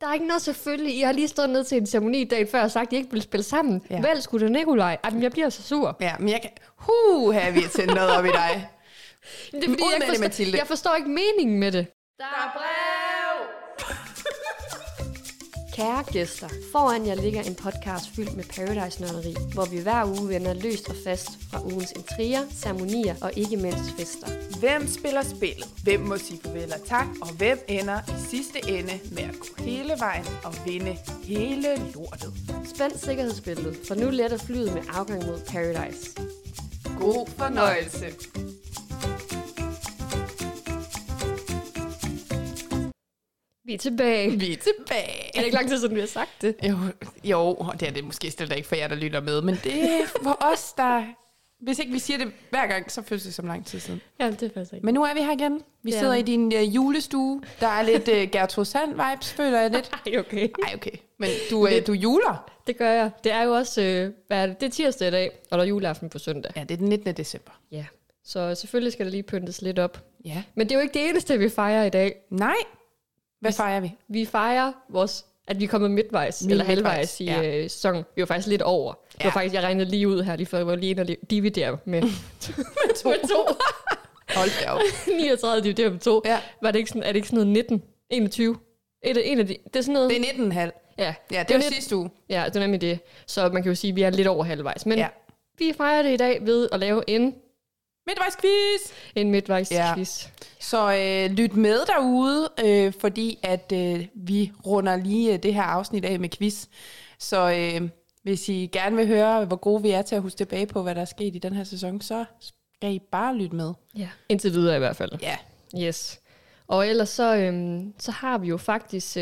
Der er ikke noget selvfølgelig. I har lige stået ned til en ceremoni dagen før og sagt, at I ikke ville spille sammen. Ja. Vel skulle det Nikolaj? Jamen, jeg bliver så sur. Ja, men jeg kan... Have vi tændt noget op i dig. Det er fordi, jeg forstår ikke meningen med det. Der er brev! Kære gæster, foran jer ligger en podcast fyldt med Paradise-nørderi, hvor vi hver uge vender løst og fast fra ugens intriger, ceremonier og ikke mindst fester. Hvem spiller spillet? Hvem må sige farvel og tak? Og hvem ender i sidste ende med at gå hele vejen og vinde hele lortet? Spænd sikkerhedsbæltet, for nu letter flyet med afgang mod Paradise. God fornøjelse! Vi er tilbage. Er det ikke lang tid siden, vi har sagt det? Jo, og det er det måske slet ikke for jer, der lytter med, men det er for os, der... Hvis ikke vi siger det hver gang, så føles det som lang tid siden. Ja, det er faktisk ikke. Men nu er vi her igen. Vi sidder i din julestue. Der er lidt Gertrud Sand-vibes, føler jeg lidt. Ej, okay. Men du juler. Det gør jeg. Det er jo også, det er tirsdag i dag, og der er juleaften på søndag. Ja, det er den 19. december. Ja, så selvfølgelig skal der lige pyntes lidt op. Ja. Men det er jo ikke det eneste, vi fejrer i dag. Nej. Hvad fejrer vi? Vi fejrer at vi er kommet midtvejs, eller halvvejs i sæsonen. Vi var faktisk lidt over. Det var faktisk, jeg regnede lige ud her, lige før jeg var lige inde og dividere med to. Hold da op. 39 divideret med 2. Ja. Er det ikke sådan noget 19? 21? En af de, det er sådan noget... Det er 19,5. Ja, det var sidste uge. Ja, det er nemlig det. Så man kan jo sige, at vi er lidt over halvvejs. Men vi fejrer det i dag ved at lave en... midtvejsquiz! En midtvejsquiz. Ja. Så lyt med derude, fordi at vi runder lige det her afsnit af med quiz. Så hvis I gerne vil høre, hvor gode vi er til at huske tilbage på, hvad der er sket i den her sæson, så skal I bare lytte med. Ja, indtil videre i hvert fald. Ja. Yes. Og ellers så har vi jo faktisk,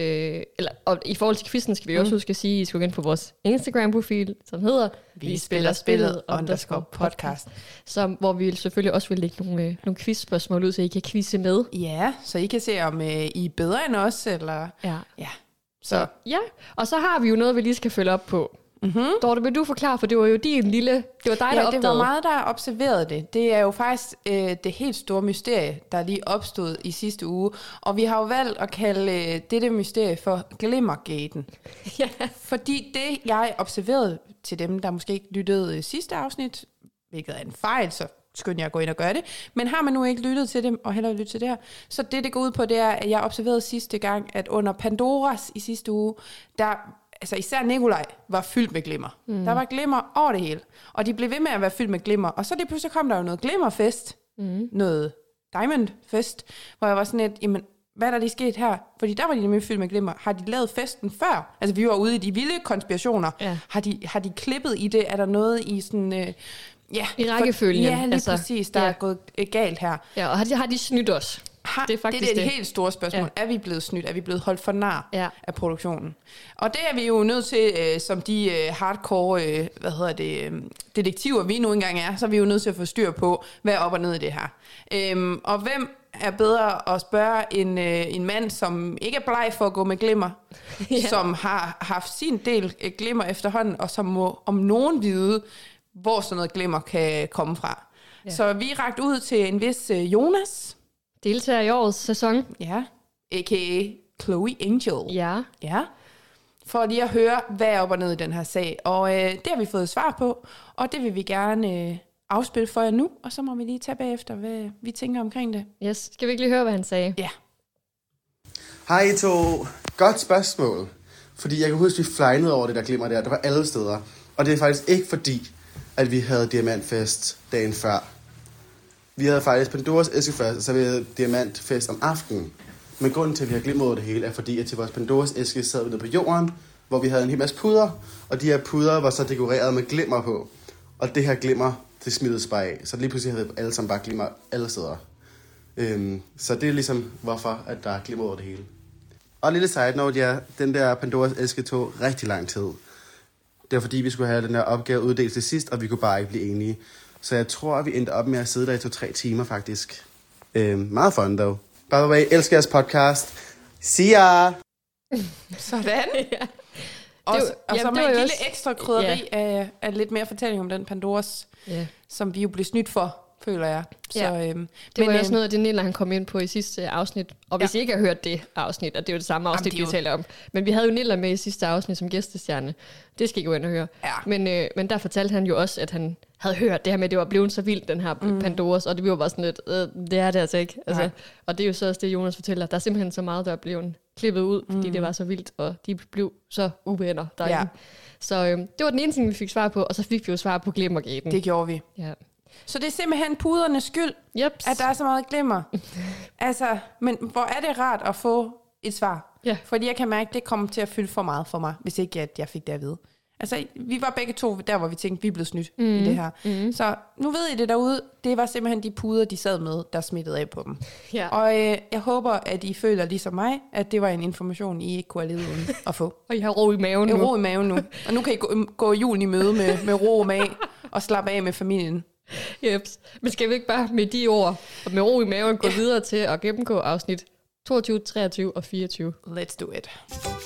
og i forhold til quizzen skal vi også huske at sige, at I skal gå ind på vores Instagram-profil, som hedder Vi spiller spillet _podcast. Hvor vi selvfølgelig også vil lægge nogle quiz-spørgsmål ud, så I kan quizze med. Ja, så I kan se, om I er bedre end os, eller... Ja. Så ja, og så har vi jo noget, vi lige skal følge op på. Mm-hmm. Dorte, vil du forklare, for det var jo det var dig, der opdagede. Det var meget, der observerede det. Det er jo faktisk det helt store mysterie, der lige opstod i sidste uge. Og vi har jo valgt at kalde dette mysterie for Glimmergaten. Ja. Fordi det, jeg observerede til dem, der måske ikke lyttede sidste afsnit, hvilket er en fejl, så skynd jeg at gå ind og gøre det. Men har man nu ikke lyttet til dem, og hellere lyttet til det her, så det går ud på, det er, at jeg observerede sidste gang, at under Pandoras i sidste uge, altså især Nikolaj var fyldt med glimmer. Der var glimmer over det hele. Og de blev ved med at være fyldt med glimmer. Og så lige pludselig kom der jo noget glimmerfest. Noget diamondfest. Hvor jeg var sådan lidt, jamen, hvad er der lige sket her? Fordi der var de nemlig fyldt med glimmer. Har de lavet festen før? Altså vi var ude i de vilde konspirationer. Ja. Har de klippet i det? Er der noget i sådan... i rækkefølgen. Ja, lige præcis. Der er gået galt her. Ja, og har de snydt os? Det er faktisk det helt store spørgsmål. Ja. Er vi blevet snydt? Er vi blevet holdt for nar af produktionen? Og det er vi jo nødt til, som de hardcore detektiver, vi nu engang er, så er vi jo nødt til at få styr på, hvad er op og ned i det her. Og hvem er bedre at spørge en mand, som ikke er bleg for at gå med glimmer, som har haft sin del glimmer efterhånden, og som må om nogen vide, hvor sådan noget glimmer kan komme fra. Ja. Så vi er rakt ud til en vis Jonas, deltager i årets sæson. Ja, a.k.a. Chloe Angel. Ja. For lige at høre, hvad er op og ned i den her sag. Og det har vi fået svar på, og det vil vi gerne afspille for jer nu. Og så må vi lige tage bagefter, hvad vi tænker omkring det. Yes, skal vi ikke lige høre, hvad han sagde? Ja. Hej I to. Godt spørgsmål. Fordi jeg kan huske, at vi flejnede over det der glimmer der. Det var alle steder. Og det er faktisk ikke fordi, at vi havde diamantfest dagen før. Vi havde faktisk Pandoras æskefest, og så havde vi diamantfest om aftenen. Men grunden til, at vi har glimret over det hele, er fordi, at til vores Pandoras æske sad vi nede på jorden, hvor vi havde en hel masse puder, og de her puder var så dekoreret med glimmer på. Og det her glimmer, det smidedes bare af. Så lige pludselig havde vi alle sammen bare glimmer alle steder. Så det er ligesom, hvorfor at der er glimmer over det hele. Og en lille side note, den der Pandoras æske tog rigtig lang tid. Det var fordi, vi skulle have den der opgave uddelt til sidst, og vi kunne bare ikke blive enige. Så jeg tror, at vi endte op med at sidde der i 2-3 timer, faktisk. Meget fun, dog. By the way, elsker jeres podcast. See ya! Sådan. Ja. Og så med en lille ekstra krydderi af lidt mere fortælling om den Pandoras, som vi jo blev snydt for føler jeg. Så, det var også noget af det, Nilla han kom ind på i sidste afsnit. Og hvis I ikke har hørt det afsnit, og det er jo det samme afsnit, vi taler om. Men vi havde jo Nilla med i sidste afsnit som gæstestjerne. Det skal I gå ind og høre. Ja. Men der fortalte han jo også, at han havde hørt det her med, at det var blevet så vildt, den her Pandoras. Og det var bare sådan lidt, det er det altså ikke. Altså, og det er jo så også det, Jonas fortæller. Der er simpelthen så meget, der er blevet klippet ud, fordi det var så vildt, og de blev så uvenner derinde. Ja. Så det var den ene ting, vi fik svar på, og så fik vi jo svar på glimmergaten. Det gjorde vi. Ja. Så det er simpelthen pudernes skyld, at der er så meget glimmer. Altså, men hvor er det rart at få et svar. Ja. Fordi jeg kan mærke, at det kommer til at fylde for meget for mig, hvis ikke at jeg fik det at vide. Altså, vi var begge to der, hvor vi tænkte, vi er blevet snydt i det her. Så nu ved I det derude. Det var simpelthen de puder, de sad med, der smittede af på dem. Ja. Og jeg håber, at I føler ligesom mig, at det var en information, I ikke kunne have levet uden at få. Og I har ro i maven nu. Ro i maven nu. Og nu kan I gå julen i møde med ro og mag, og slappe af med familien. Jeps. Men skal vi ikke bare med de ord, og med ro i maven, gå videre til at gennemgå afsnit 22, 23 og 24. Let's do it.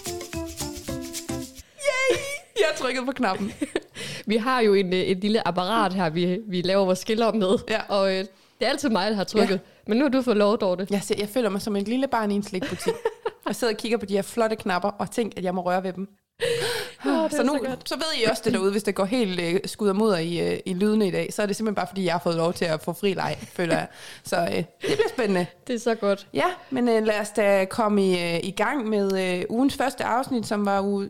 Yay! Jeg har trykket på knappen. Vi har jo et lille apparat her, vi laver vores skiller med. Ja. Og det er altid mig, der har trykket. Ja. Men nu har du fået lov, Dorte. Jeg føler mig som et lille barn i en slikbutik. Og sidder og kigger på de her flotte knapper, og tænker, at jeg må røre ved dem. Så ved I også det derude, hvis det går helt skud og mudder i lydene i dag, så er det simpelthen bare, fordi jeg har fået lov til at få fri leg, føler jeg. Så det bliver spændende. Det er så godt. Ja, men lad os da komme i gang med ugens første afsnit, som var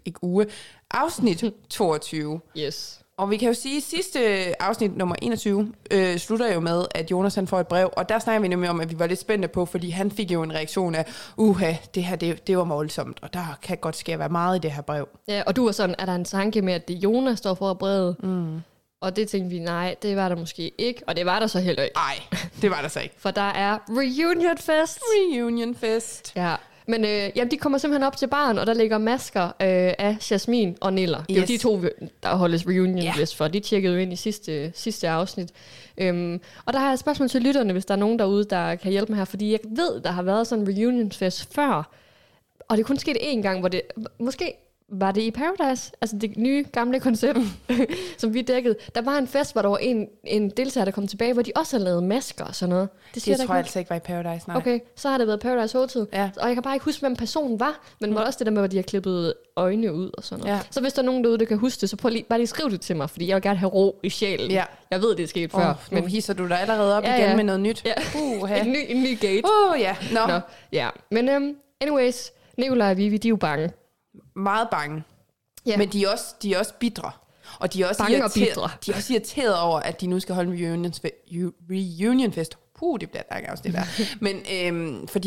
afsnit 22. Yes. Og vi kan jo sige, at sidste afsnit, nummer 21, slutter jo med, at Jonas han får et brev. Og der snakker vi nemlig om, at vi var lidt spændte på, fordi han fik jo en reaktion af, det her, det var målsomt, og der kan godt ske at være meget i det her brev. Ja, og du var sådan, er der en tanke med, at det Jonas står for brevet? Og det tænkte vi, nej, det var der måske ikke. Og det var der så heller ikke. Nej, det var der så ikke. For der er Reunion Fest. Reunion Fest. Ja. Men de kommer simpelthen op til baren, og der ligger masker af Jasmin og Nilla. Det er jo de to, der holdes Reunion Fest for. De tjekkede jo ind i sidste afsnit. Og der har jeg et spørgsmål til lytterne, hvis der er nogen derude, der kan hjælpe mig her. Fordi jeg ved, der har været sådan en Reunion Fest før. Og det kun skete én gang, hvor det... Måske var det i Paradise, altså det nye, gamle koncept, som vi dækkede. Der var en fest, hvor der var en deltager, der kom tilbage, hvor de også havde lavet masker og sådan noget. Det tror jeg altså ikke var i Paradise, nej. Okay, så har det været Paradise Hotel. Ja. Og jeg kan bare ikke huske, hvem personen var, men var også det der med, hvor de har klippet øjne ud og sådan noget. Ja. Så hvis der er nogen derude, der kan huske det, så prøv lige, bare lige skriv det til mig, fordi jeg vil gerne have ro i sjælen. Ja. Jeg ved, det er sket før. Men nu hisser du dig allerede op igen med noget nyt. Ja. en ny gate. Nå. Ja. Men anyways, Nikolaj og Vivi, de er jo bange. Meget bange. Ja. Men de er også bitre. Og de er også irriteret over, at de nu skal holde en reunion fest. Det bliver langt også det der. Men fordi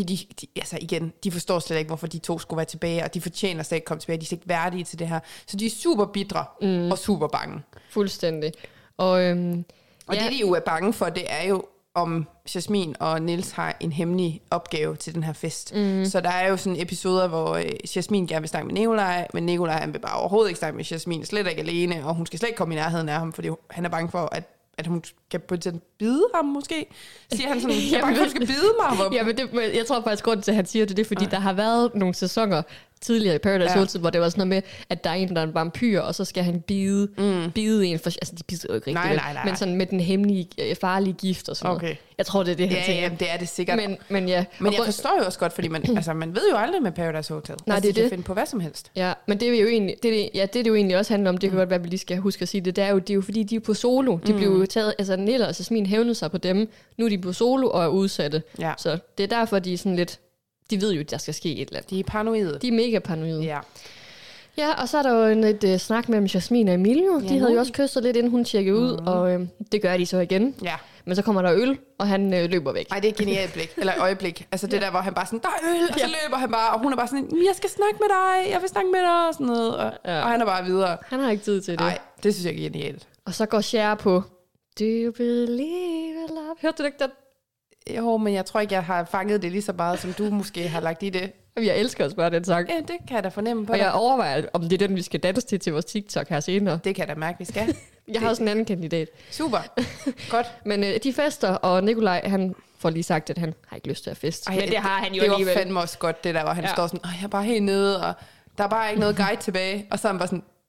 de forstår slet ikke, hvorfor de to skulle være tilbage, og de fortjener slet ikke komme tilbage. De er slet ikke værdige til det her. Så de er super bitre og super bange. Fuldstændig. Og det, de jo er bange for, det er jo, om Jasmin og Niels har en hemmelig opgave til den her fest. Så der er jo sådan episoder, hvor Jasmin gerne vil snakke med Nikolaj, men Nikolaj han vil bare overhovedet ikke snakke med Jasmin, slet ikke alene, og hun skal slet ikke komme i nærheden af ham, fordi han er bange for, at hun kan potentielt bide ham måske. Siger han sådan, jeg er bange for, at hun skal bide mig. Ja, men jeg tror faktisk, grunden til, at han siger det er, fordi der har været nogle sæsoner tidligere i Paradise Hotel, hvor det var sådan noget med, at der er en, der er en vampyr, og så skal han bide en, for, altså de bider jo ikke rigtigt, nej. men sådan med den hemmelige, farlige gift og sådan noget. Jeg tror, det er det, han tænker. Ja, det er det sikkert. Men jeg forstår jo også godt, fordi man ved jo aldrig med Paradise Hotel. Nej, det er de kan finde på hvad som helst. Ja, men det er jo egentlig, det jo egentlig også handler om, det kan godt være, at vi lige skal huske at sige det, det er jo fordi, de er på solo. De blev jo taget, altså Nilla og Jasmin hævnede sig på dem, nu er de på solo og er udsatte. Ja. Så det er derfor, de er sådan lidt, de ved jo, at der skal ske et eller andet. De er paranoide. De er mega paranoide. Ja. Ja, og så er der jo et snak mellem Jasmin og Emilio. De havde jo også kysset lidt, inden hun tjekkede ud, og det gør de så igen. Ja. Men så kommer der øl, og han løber væk. Nej, det er et genialt øjeblik. Altså det der, hvor han bare sådan, der er øl, og så løber han bare, og hun er bare sådan, jeg skal snakke med dig, jeg vil snakke med dig, og sådan noget. Og han er bare videre. Han har ikke tid til det. Nej, det synes jeg er genialt. Og så går Cher på, do you believe in love? Hørte du ikke det? Jo, men jeg tror ikke, jeg har fanget det lige så meget, som du måske har lagt i det. Jeg elsker at spørge den sang. Ja, det kan jeg da fornemme på og dig. Jeg overvejer, om det er den, vi skal danse til vores TikTok her senere. Det kan jeg da mærke, vi skal. Jeg har også en anden kandidat. Super. Godt. Men de fester, og Nikolaj, han får lige sagt, at han har ikke lyst til at feste. Men det har han jo alligevel. Det var fandme også godt, det der, hvor han står sådan, jeg er bare helt nede, og der er bare ikke noget guide tilbage. Og så er han bare sådan,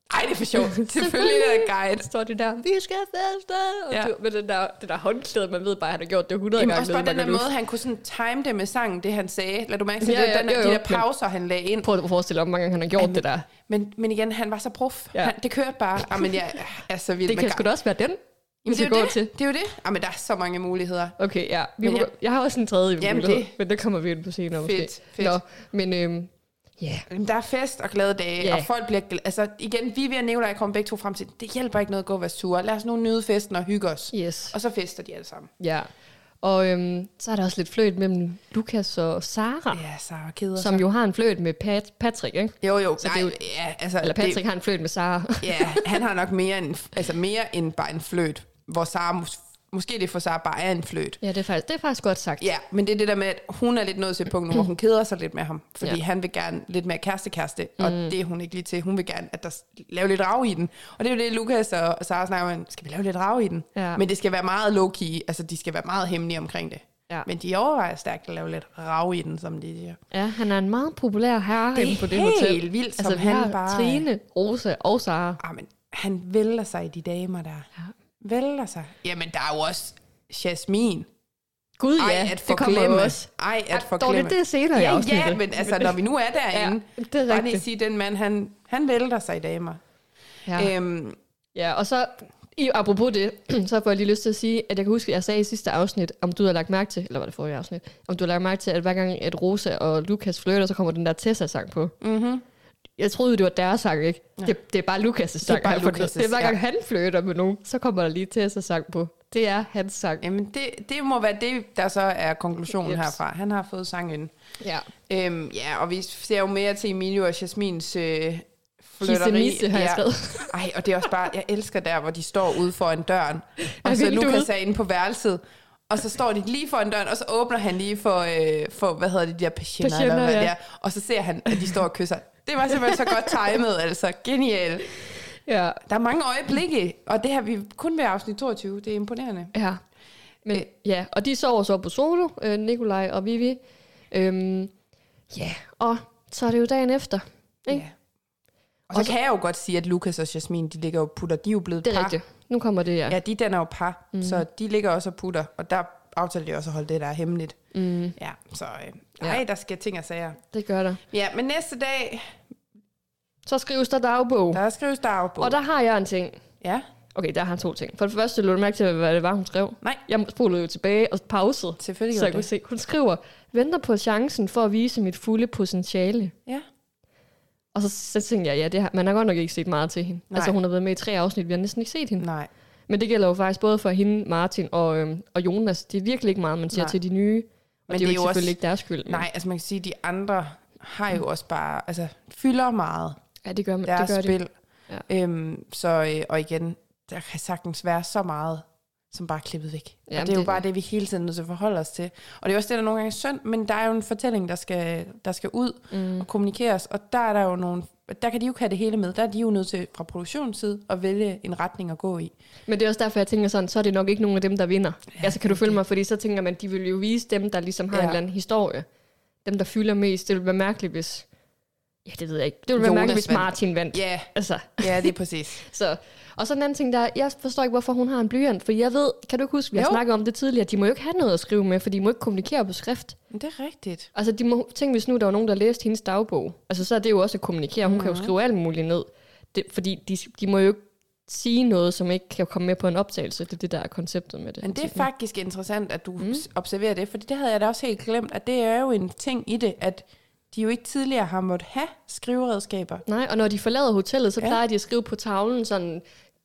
Ej, det er for sjovt. Selvfølgelig er det guide. Står det der, vi skal feste. Og med det der håndklæde, man ved bare, at han har gjort det 100 gange. Også bare den der måde, han kunne sådan time det med sangen, det han sagde. Lad du mærke til de der pauser, han lagde ind. Prøv at forestille om, hvor mange gange han har gjort det der. Men igen, han var så prof. Det kørte bare. Men jeg er så vild. Det kan sgu da også være den. Det er jo det. Men der er så mange muligheder. Okay, ja. Jeg har også en tredje mulighed, men det kommer vi ind på senere måske. Fedt. Nå, men der er fest og glade dage, og folk bliver... Altså igen, Vivi og Nicolaj kommer begge to frem til, det hjælper ikke noget at gå og være sure. Lad os nu nyde festen og hygge os. Yes. Og så fester de alle sammen. Ja. Og så er der også lidt fløjt mellem Lukas og Sara. Ja, Sara keder som jo har en fløjt med Patrick, ikke? Jo. Så eller Patrick har en fløjt med Sara. Ja, han har nok mere end bare en fløjt, hvor Sara måske det for Sara bare er en fløjt. Ja, det er faktisk godt sagt. Ja, men det er det der med, at hun er lidt nået til et punkt, hvor hun keder sig lidt med ham. Fordi han vil gerne lidt mere kæreste, og det er hun ikke lige til. Hun vil gerne, at der lave lidt rav i den. Og det er jo det, Lukas og Sara snakker om, skal vi lave lidt rav i den? Ja. Men det skal være meget low-key, altså de skal være meget hemmelige omkring det. Ja. Men de overvejer stærkt at lave lidt rav i den, som de siger. Ja, han er en meget populær herre inde på det hotel. Det er helt vildt, som han bare... Trine, Rosa og Sara. Men han vælter sig i de damer der. Ja. Vælter sig. Jamen, der er jo også Jasmine. Gud ja, det kommer jo også. At forglemme. Det er senere i afsnittet. Ja, men altså, når vi nu er derinde, det er bare lige sige, den mand, han vælter sig i damer. Ja, ja, og så, apropos det, så får jeg lige lyst til at sige, at jeg kan huske, at jeg sagde i sidste afsnit, om du har lagt mærke til, eller var det forrige afsnit, om du har lagt mærke til, at hver gang at Rosa og Lukas flirter, så kommer den der Tessa-sang på. Mhm. Jeg troede, det var deres sang, ikke? Ja. Det er bare Lukas' sang. Det er hver gang han flirter med nogen, så kommer der lige Tessa sang på. Det er hans sang. Jamen, det må være det, der så er konklusionen herfra. Han har fået sangen. Ja. Og vi ser jo mere til Emilio og Jasmins flirteri. Har jeg skrevet. Ej, og det er også bare, jeg elsker der, hvor de står ude foran døren. Og så Lukas er inde på værelset. Og så står de lige foran døren, og så åbner han lige for hvad hedder det, de der patienter, eller hvad det er. Og så ser han, at de står og kysser. Det var simpelthen så godt timet, altså. Genial. Ja. Der er mange øjeblikke, og det har vi kun ved afsnit 22. Det er imponerende. Ja. Men, og de sover så på solo, Nicolaj og Vivi. Og så er det jo dagen efter. Ikke? Ja. Og så kan jeg jo godt sige, at Lukas og Jasmine, de ligger og putter. De er jo blevet par. Det er rigtigt. Nu kommer det, Ja, de danner jo par, så de ligger også og putter. Og der aftaler de også at holde det, der er hemmeligt. Ja, så der skal ting og sager. Det gør der. Ja, men næste dag... Så skrives der dagbog. Der skrives dagbog. Og der har jeg en ting. Ja. Okay, der har han 2 ting. For det første, lå du mærke til, hvad det var, hun skrev? Nej. Jeg spolede jo tilbage og pausede. Selvfølgelig. Så jeg kunne se. Hun skriver, venter på chancen for at vise mit fulde potentiale. Ja. Og så tænkte jeg, man har godt nok ikke set meget til hende. Nej. Altså, hun har været med i 3 afsnit, vi har næsten ikke set hende. Nej. Men det gælder jo faktisk både for hende, Martin og Jonas. Det er virkelig ikke meget, man siger til de nye. Og men det er jo selvfølgelig ikke deres skyld. Nej, altså man kan sige, at de andre har jo også bare, altså fylder meget. Ja, det gør man. Deres det gør spil. Ja. Og igen, der kan sagtens være så meget, som bare er klippet væk. Ja, og det er jo bare det, vi hele tiden nødt til at forholde os til. Og det er også det, der nogle gange er synd, men der er jo en fortælling, der skal ud og kommunikeres, og der er der jo nogle, der kan de jo ikke have det hele med. Der er de jo nødt til fra produktionsside at vælge en retning at gå i. Men det er også derfor, jeg tænker sådan, så er det nok ikke nogen af dem, der vinder. Ja, altså kan du følge mig? Fordi så tænker man, de vil jo vise dem, der ligesom har en eller anden historie. Dem, der fylder mest. Det vil være mærkeligt, hvis... Ja, det ved jeg ikke. Det ville være mærkeligt, hvis Martin vandt. Ja, altså. Ja, det er præcis. Og så en anden ting der, jeg forstår ikke, hvorfor hun har en blyant, for jeg ved, kan du ikke huske, vi har snakket om det tidligere, de må jo ikke have noget at skrive med, for de må ikke kommunikere på skrift. Det er rigtigt. Altså, de må tænke, hvis nu der var nogen, der læste hendes dagbog, altså så er det jo også at kommunikere, hun kan jo skrive alt muligt ned, fordi de må jo ikke sige noget, som ikke kan komme med på en optagelse. Det er det, der er konceptet med det. Men det er faktisk interessant, at du observerer det, for det havde jeg da også helt glemt, at det er jo en ting i det, at de jo ikke tidligere har måttet have skriveredskaber. Nej, og når de forlader hotellet, så plejer de at skrive på tavlen sådan,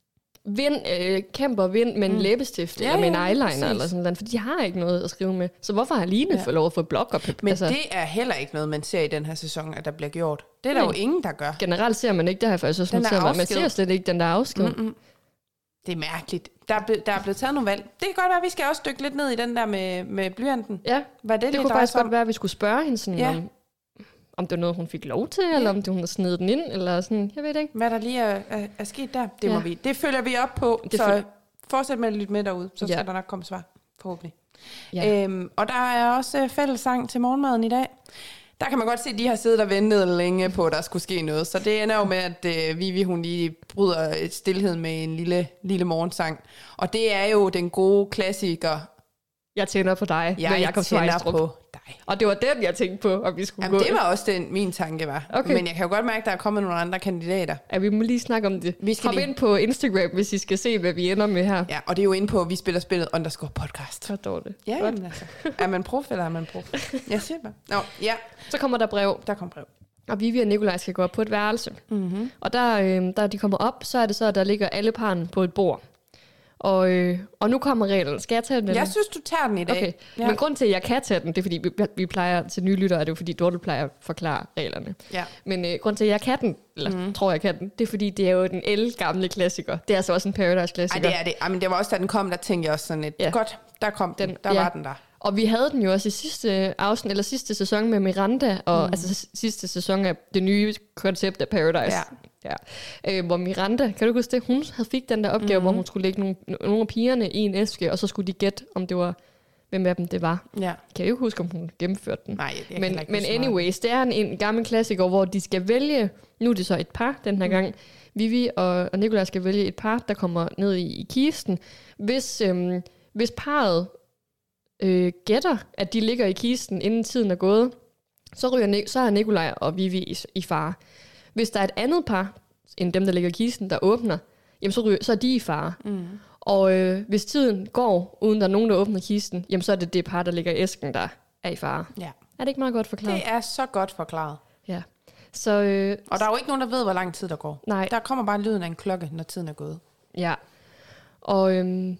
kæmper vind med en læbestift, eller med en eyeliner, præcis. Eller sådan noget, for de har ikke noget at skrive med. Så hvorfor har Line fået lov at få blok og Men det er heller ikke noget, man ser i den her sæson, at der bliver gjort. Det er der jo ingen, der gør. Generelt ser man ikke, det har jeg faktisk også noteret mig. Man ser slet ikke den der afsked. Det er mærkeligt. Der er blevet taget nogle valg. Det kan godt være, at vi skal også dykke lidt ned i den der med blyanten. Ja, det kunne faktisk godt være, at vi skulle spørge hende sådan om det var noget, hun fik lov til, eller om det, hun har snedet den ind, eller sådan, jeg ved ikke. Hvad der lige er sket der, det må vi. Det følger vi op på, så fortsæt med at lytte med derude, så skal der nok komme svar, forhåbentlig. Ja. Og der er også fællessang til morgenmaden i dag. der kan man godt se, at de har siddet og ventet længe på, at der skulle ske noget. Så det ender jo med, at Vivi, hun lige bryder stillheden med en lille morgensang. Og det er jo den gode klassiker. Jeg tænder på dig. Jeg tænder på dig. Og det var den, jeg tænkte på, om vi skulle gå. Det var også den, min tanke var. Okay. Men jeg kan jo godt mærke, at der er kommet nogle andre kandidater. Ja, vi må lige snakke om det. Hop ind på Instagram, hvis I skal se, hvad vi ender med her. Ja, og det er jo inde på, vi spiller spillet _podcast. Så dårligt. Ja, jamen, altså. Er man prof, eller er man prof? Jeg siger bare. Nå, ja. Så kommer der brev. Der kommer brev. Og Vivi og Nikolaj skal gå op på et værelse. Mm-hmm. Og der de kommer op, så er det så, at der ligger alle parrene på et bord. Og nu kommer reglen. Skal jeg tage den? Jeg synes, du tager den i dag. Okay. Ja. Men grund til, at jeg kan tage den, det er, fordi vi plejer til nye lyttere, er det jo, fordi Dorte plejer at forklare reglerne. Ja. Men grund til, at jeg kan den, eller tror, jeg kan den, det er, fordi det er jo den gamle klassiker. Det er altså også en Paradise-klassiker. Ej, det er det. Ej, men det var også, da den kom, der tænkte jeg også sådan lidt, godt, der kom den. Der var den der. Og vi havde den jo også i sidste sæson med Miranda, og altså sidste sæson af det nye koncept af Paradise. Ja. Hvor Miranda, kan du huske det? Hun fik den der opgave, hvor hun skulle lægge nogle af pigerne i en æske, og så skulle de gætte, om det var, hvem af dem det var. Ja. Kan jeg jo huske, om hun gennemførte den. Nej, men anyways, det er en gammel klassiker, hvor de skal vælge, nu er det så et par den her gang, Vivi og Nikolaj skal vælge et par, der kommer ned i kisten. Hvis parret gætter, at de ligger i kisten, inden tiden er gået, så er Nikolaj og Vivi i fare. Hvis der er et andet par, end dem, der ligger i kisten, der åbner, jamen så er de i fare. Mm. Og hvis tiden går, uden der er nogen, der åbner kisten, jamen så er det par, der ligger i æsken, der er i fare. Ja. Er det ikke meget godt forklaret? Det er så godt forklaret. Ja. Så, og der er jo ikke nogen, der ved, hvor lang tid der går. Nej. Der kommer bare lyden af en klokke, når tiden er gået. Ja. Og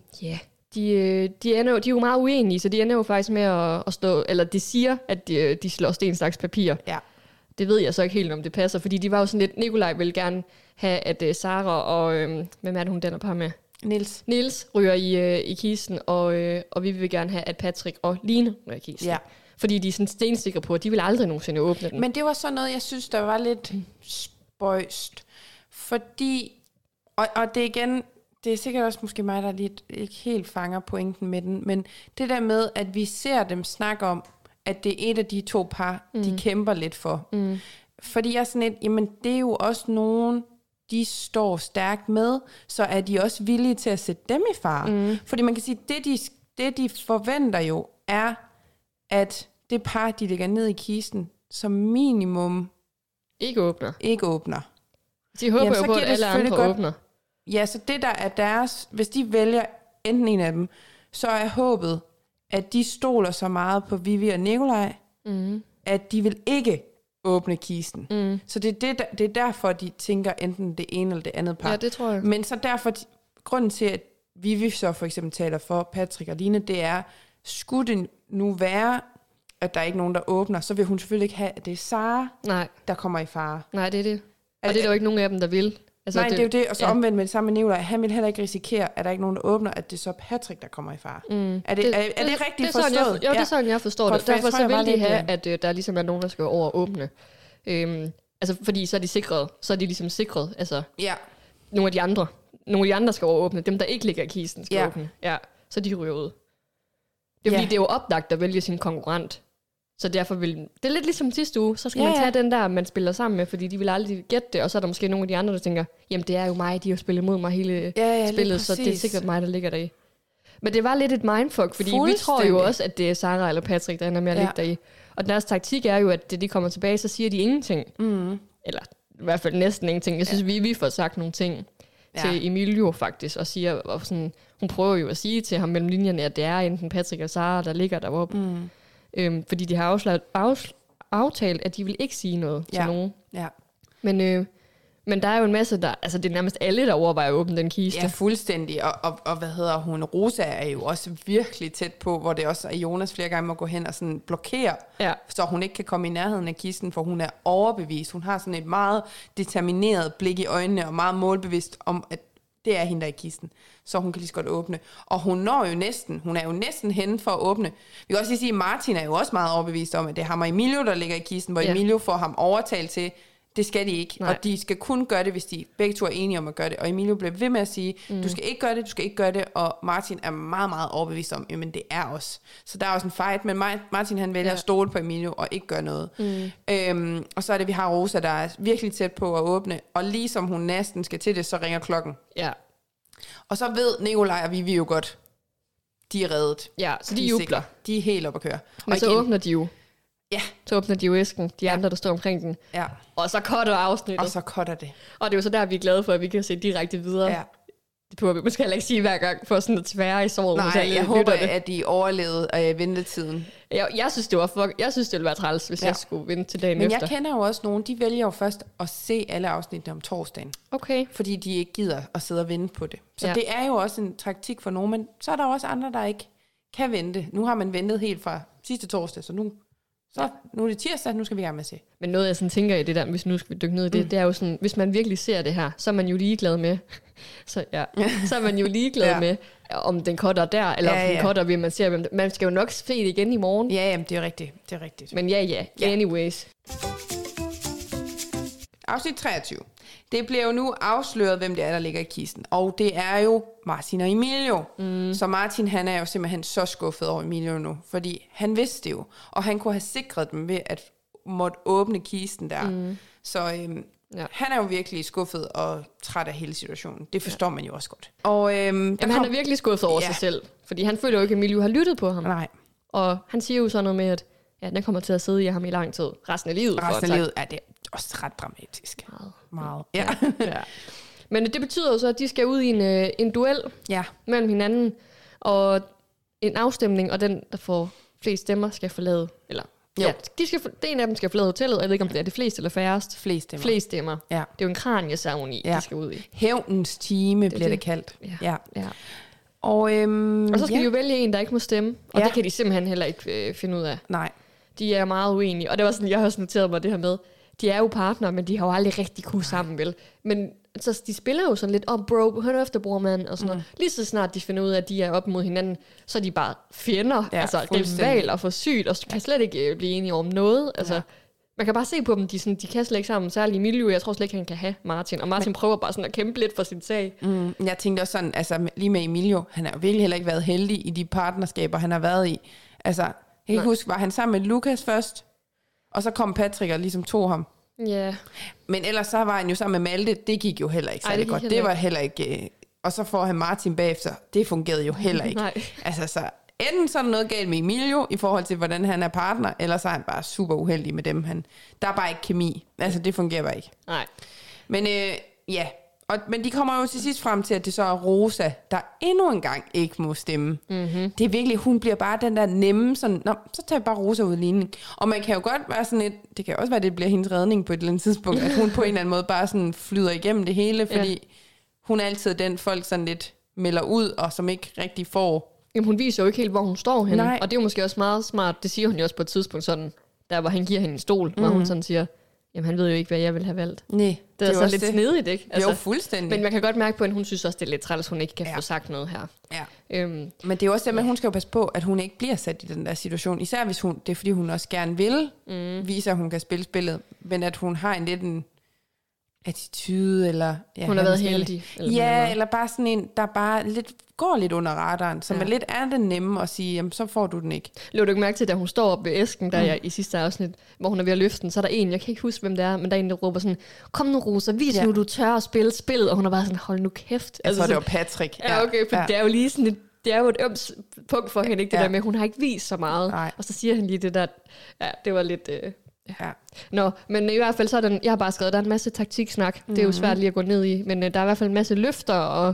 de er jo meget uenige, så de ender jo faktisk med at stå, eller de siger, at de slår sten, saks, papir. Ja. Det ved jeg så ikke helt, om det passer, fordi de var jo sådan lidt, Nikolaj ville gerne have, at Sara og, hvem er det, hun danner par med? Niels ryger i kisten, og vi vil gerne have, at Patrick og Line ryger i kisten. Ja. Fordi de er sådan stensikre på, at de vil aldrig nogensinde åbne den. Men det var sådan noget, jeg synes, der var lidt spøjst. Fordi, og det igen, det er sikkert også måske mig, der lidt ikke helt fanger pointen med den, men det der med, at vi ser dem snakke om, at det er et af de to par, de kæmper lidt for. Mm. Fordi jeg er sådan lidt, jamen det er jo også nogen, de står stærkt med, så er de også villige til at sætte dem i fare. Mm. Fordi man kan sige, det de forventer jo, er, at det par, de lægger ned i kisten, som minimum ikke åbner. De håber jo på, at alle andre åbner. Ja, så det der er deres, hvis de vælger enten en af dem, så er håbet, at de stoler så meget på Vivi og Nikolaj, at de vil ikke åbne kisten. Mm. Så det er derfor, de tænker enten det ene eller det andet par. Ja, det tror jeg. Men så derfor, grunden til, at Vivi så for eksempel taler for Patrick og Line, det er, skulle det nu være, at der er ikke nogen, der åbner, så vil hun selvfølgelig ikke have, at det er Sara, der kommer i fare. Nej, det er det. Og det er der jo ikke nogen af dem, der vil. Altså, nej, det er jo det, og så omvendt med det samme med Nikolaj. Han vil heller ikke risikere, at der ikke nogen, der åbner, at det er så Patrick, der kommer i fare. Mm. Er det rigtigt forstået? Det er sådan, jeg forstår det. Derfor så vil de have, at der ligesom er nogen, der skal over og åbne. Altså, fordi så er de sikret. Så er de ligesom sikret. Altså, nogle af de andre skal over og åbne. Dem, der ikke ligger i kisten, skal åbne. Ja, så de ryger ud. Det er fordi, det er jo oplagt at vælge sin konkurrent. Så derfor vil det er lidt ligesom sidste uge, så skal man tage den der, man spiller sammen med, fordi de vil aldrig gætte det, og så er der måske nogle af de andre, der tænker, jamen det er jo mig, de har spillet mod mig hele spillet, så det er sikkert mig, der ligger deri. Men det var lidt et mindfuck, fordi vi tror jo også, at det er Sara eller Patrick, der ender med at ligge deri. Og deres taktik er jo, at de kommer tilbage, så siger de ingenting. Mm. Eller i hvert fald næsten ingenting. Jeg synes, vi får sagt nogle ting til Emilio faktisk, og siger, og sådan, hun prøver jo at sige til ham mellem linjerne, at det er enten Patrick og Sara, der ligger deroppe. Mm. Fordi de har aftalt, at de vil ikke sige noget til nogen. Ja. Men der er jo en masse, altså det er nærmest alle, der overvejer at åbne den kiste. Ja, fuldstændig. Og hvad hedder hun? Rosa er jo også virkelig tæt på, hvor det også er Jonas flere gange må gå hen og sådan blokere, så hun ikke kan komme i nærheden af kisten, for hun er overbevist. Hun har sådan et meget determineret blik i øjnene, og meget målbevidst om, at det er hende, der er i kisten. Så hun kan lige så godt åbne. Og hun er jo næsten henne for at åbne. Vi kan også lige sige, at Martin er jo også meget overbevist om, at det er ham og Emilio, der ligger i kisten, hvor Emilio får ham overtalt til, Det skal de ikke. Nej. Og de skal kun gøre det, hvis de begge to er enige om at gøre det. Og Emilio bliver ved med at sige, du skal ikke gøre det, du skal ikke gøre det. Og Martin er meget, meget overbevist om, jamen det er os. Så der er også en fight, men Martin han vælger at stole på Emilio og ikke gøre noget. Og så er det, vi har Rosa, der er virkelig tæt på at åbne. Og ligesom hun næsten skal til det, så ringer klokken. Ja. Og så ved Nikolaj og Vivi jo godt, de er reddet. Ja, så de jubler. De er helt op at køre. Men så åbner de jo. Ja. Så åbner de jo æsken, de andre, der står omkring den. Ja. Og så cutter afsnittet. Og så cutter det. Og det er jo så der, vi er glade for, at vi kan se direkte videre. Ja. Det prøver vi måske heller ikke sige hver gang, for sådan at tvære i såret. Nej, jeg håber, at de overlevede ventetiden. Jeg synes, det ville være træls, hvis jeg skulle vente til dagen efter. Men jeg kender jo også nogen, de vælger jo først at se alle afsnittene om torsdagen. Okay. Fordi de ikke gider at sidde og vente på det. Så det er jo også en taktik for nogen, men så er der også andre, der ikke kan vente. Nu har man ventet helt fra sidste torsdag, så nu er det tirsdag, nu skal vi i gang med at se. Men noget, jeg sådan tænker i det der, hvis nu skal vi dykke ned i det, det er jo sådan, hvis man virkelig ser det her, så er man jo ligeglad med, så er man jo ligeglad med, om den cutter der, eller om den cutter, man ser, man skal jo nok se det igen i morgen. Ja, jamen, det er rigtigt. Men anyways. Afsnit 23. Det bliver jo nu afsløret, hvem det er, der ligger i kisten. Og det er jo Martin og Emilio. Så Martin, han er jo simpelthen så skuffet over Emilio nu. Fordi han vidste det jo. Og han kunne have sikret dem ved at måtte åbne kisten der. Så han er jo virkelig skuffet og træt af hele situationen. Det forstår man jo også godt. Og, han er virkelig skuffet over sig selv. Fordi han føler jo ikke, at Emilio har lyttet på ham. Nej. Og han siger jo sådan noget med, at den kommer til at sidde i ham i lang tid. Resten af livet. Resten af livet er det også ret dramatisk. Meget. Ja. Men det betyder jo så, at de skal ud i en duel mellem hinanden. Og en afstemning, og den, der får flest stemmer, skal forlade. Eller, en af dem skal forlade hotellet. Jeg ved ikke, om det er det fleste eller færrest. Flest stemmer. Ja. Det er jo en kranieceremoni, de skal ud i. Hævnens time bliver det kaldt. Ja. Og så skal de jo vælge en, der ikke må stemme. Og det kan de simpelthen heller ikke finde ud af. Nej. De er meget uenige. Og det var sådan, jeg har også noteret mig det her med, de er jo partnere, men de har jo aldrig rigtig kunne sammen, vel? Men så de spiller jo sådan lidt, bro, hør efter brormand, og sådan noget. Lige så snart de finder ud af, at de er op mod hinanden, så er de bare fjender, altså rivaler for sygt, og kan slet ikke blive enige om noget. Altså, man kan bare se på dem, de kan slet ikke sammen, særligt Emilio, jeg tror slet ikke, han kan have Martin, og Martin prøver bare sådan at kæmpe lidt for sin sag. Jeg tænkte også sådan, altså lige med Emilio, han har jo virkelig heller ikke været heldig i de partnerskaber, han har været i. Altså, jeg kan ikke huske, var han sammen med Lukas først, og så kom Patrick og ligesom tog ham. Ja. Men ellers så var han jo sammen med Malte, det gik jo heller ikke særlig godt. Det var heller ikke... Og så får han Martin bagefter, det fungerede jo heller ikke. Nej. Altså så enten så er der noget galt med Emilio i forhold til, hvordan han er partner, eller så er han bare super uheldig med dem. Der er bare ikke kemi. Altså det fungerer bare ikke. Nej. Men men de kommer jo til sidst frem til, at det så er Rosa, der endnu en gang ikke må stemme. Mm-hmm. Det er virkelig, hun bliver bare den der nemme, sådan, så tager vi bare Rosa ud i ligning. Og man kan jo godt være sådan lidt, det kan også være, at det bliver hendes redning på et eller andet tidspunkt, at hun på en eller anden måde bare sådan flyder igennem det hele, fordi hun er altid den folk sådan lidt melder ud, og som ikke rigtig får. Jamen hun viser jo ikke helt, hvor hun står henne. Nej. Og det er jo måske også meget smart, det siger hun jo også på et tidspunkt sådan, der hvor han giver hende en stol, hvor hun sådan siger, jamen han ved jo ikke, hvad jeg vil have valgt. Nej, det er så lidt snedigt, ikke? Altså, jo, fuldstændig. Men man kan godt mærke på, at hun synes også, det er lidt træt, at hun ikke kan få sagt noget her. Ja. Men det er jo også det, at hun skal jo passe på, at hun ikke bliver sat i den der situation. Især hvis det er, fordi hun også gerne vil vise, at hun kan spille spillet, men at hun har en lidt en attitude, eller... Ja, hun har været heldig. Eller bare sådan en, der bare går lidt under radaren, som er lidt er den nemme at sige, jamen så får du den ikke. Lå du ikke mærke til, da hun står op ved æsken, der i sidste afsnit, hvor hun er ved at løfte den, så er der en, jeg kan ikke huske, hvem det er, men der er en, der råber sådan, kom nu Rosa, vis nu, du tør at spille spillet, og hun er bare sådan, hold nu kæft. Jeg tror, det var Patrick. Ja, okay, for det er jo lige sådan et, det er jo et øms punkt for hende, ikke det der med, hun har ikke vist så meget. Nej. Og så siger han lige det der, det var lidt... Nå, men i hvert fald så er jeg har bare skrevet, der er en masse taktiksnak. Det er jo svært lige at gå ned i, men der er i hvert fald en masse løfter, og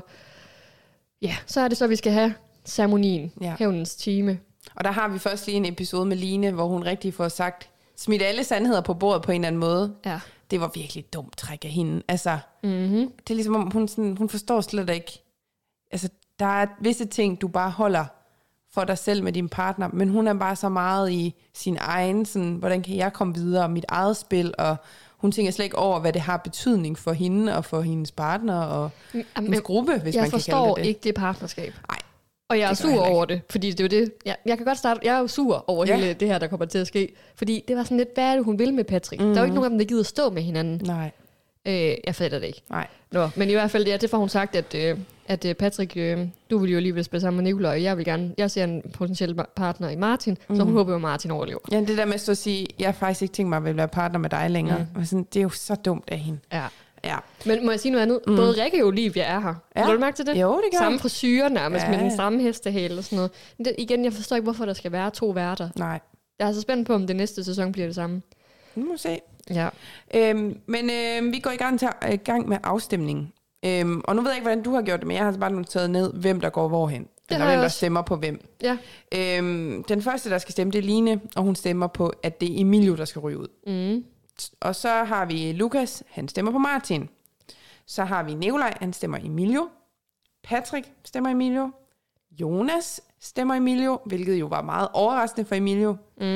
så er det så, vi skal have ceremonien, hævnens time. Og der har vi først lige en episode med Line, hvor hun rigtig får sagt, smidt alle sandheder på bordet på en eller anden måde. Ja. Det var virkelig et dumt træk af hende. Altså, det er ligesom om, hun forstår slet ikke. Altså, der er visse ting, du bare holder for dig selv med din partner, men hun er bare så meget i sin egen, sådan, hvordan kan jeg komme videre, mit eget spil, og hun tænker slet ikke over, hvad det har betydning for hende, og for hendes partner, og hendes gruppe, hvis man kan kalde det. Jeg forstår ikke det partnerskab. Nej. Og jeg er sur over det, fordi det er jo det. Jeg kan godt starte. Jeg er jo sur over hele det her, der kommer til at ske. Fordi det var sådan lidt, hvad er det, hun vil med Patrick? Der er jo ikke nogen af dem, der gider stå med hinanden. Nej. Jeg fatter det ikke. Nej. Nå, men i hvert fald, det får hun sagt, at Patrick, du vil jo lige vil spille sammen med Nikolaj, og jeg ser en potentiel partner i Martin, så hun håber jo, Martin overlever. Ja, det der med at sige, jeg har faktisk ikke tænkt mig at vil være partner med dig længere. Sådan, det er jo så dumt af hende. Ja. Men må jeg sige noget andet? Både Rikke og Olivia er her. Har du mærke til det? Jo, det gør samme frisyrer nærmest, med den samme hestehale og sådan noget. Men igen, jeg forstår ikke, hvorfor der skal være 2 værter. Nej. Jeg er så spændt på, om det næste sæson bliver det samme. Nu må se. Ja. Men vi går i gang med afstemningen. Og nu ved jeg ikke, hvordan du har gjort det, men jeg har bare noteret ned, hvem der går hvorhen. Eller hvem der stemmer på hvem. Ja. Den første, der skal stemme, det er Line, og hun stemmer på, at det er Emilio, der skal ryge ud. Og så har vi Lukas, han stemmer på Martin. Så har vi Nikolaj, han stemmer Emilio. Patrick stemmer Emilio. Jonas stemmer Emilio, hvilket jo var meget overraskende for Emilio.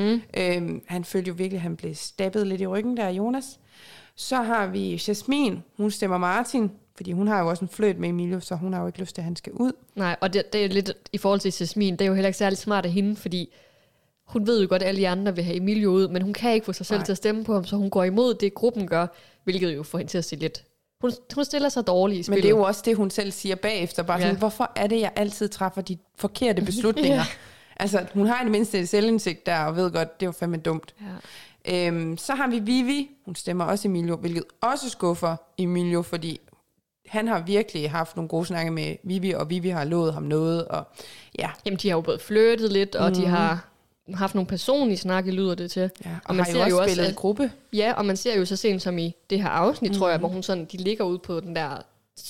Han følte jo virkelig, at han blev stabbet lidt i ryggen der, Jonas. Så har vi Jasmin, hun stemmer Martin, fordi hun har jo også en fløjt med Emilio, så hun har jo ikke lyst til, at han skal ud. Nej, og det er lidt i forhold til Jasmin, det er jo heller ikke særlig smart af hende, fordi hun ved jo godt, at alle de andre vil have Emilio ud, men hun kan ikke få sig selv til at stemme på ham, så hun går imod det, gruppen gør, hvilket jo får hende til at se lidt. Hun stiller sig dårligt i spillet. Men det er jo også det, hun selv siger bagefter, bare sådan, hvorfor er det, jeg altid træffer de forkerte beslutninger? Altså, hun har i det mindste et selvindsigt der, og ved godt, det var fandme dumt. Så har vi Vivi, hun stemmer også Emilio, hvilket også skuffer Emilio, fordi han har virkelig haft nogle gode snakke med Vivi, og Vivi har lovet ham noget. Og, Jamen, de har jo både flirtet lidt, og de har haft nogle personlige snakke, lyder det til. Ja, og man har jo også spillet gruppe. Ja, og man ser jo så sent som i det her afsnit, tror jeg, hvor hun sådan, de ligger ude på den der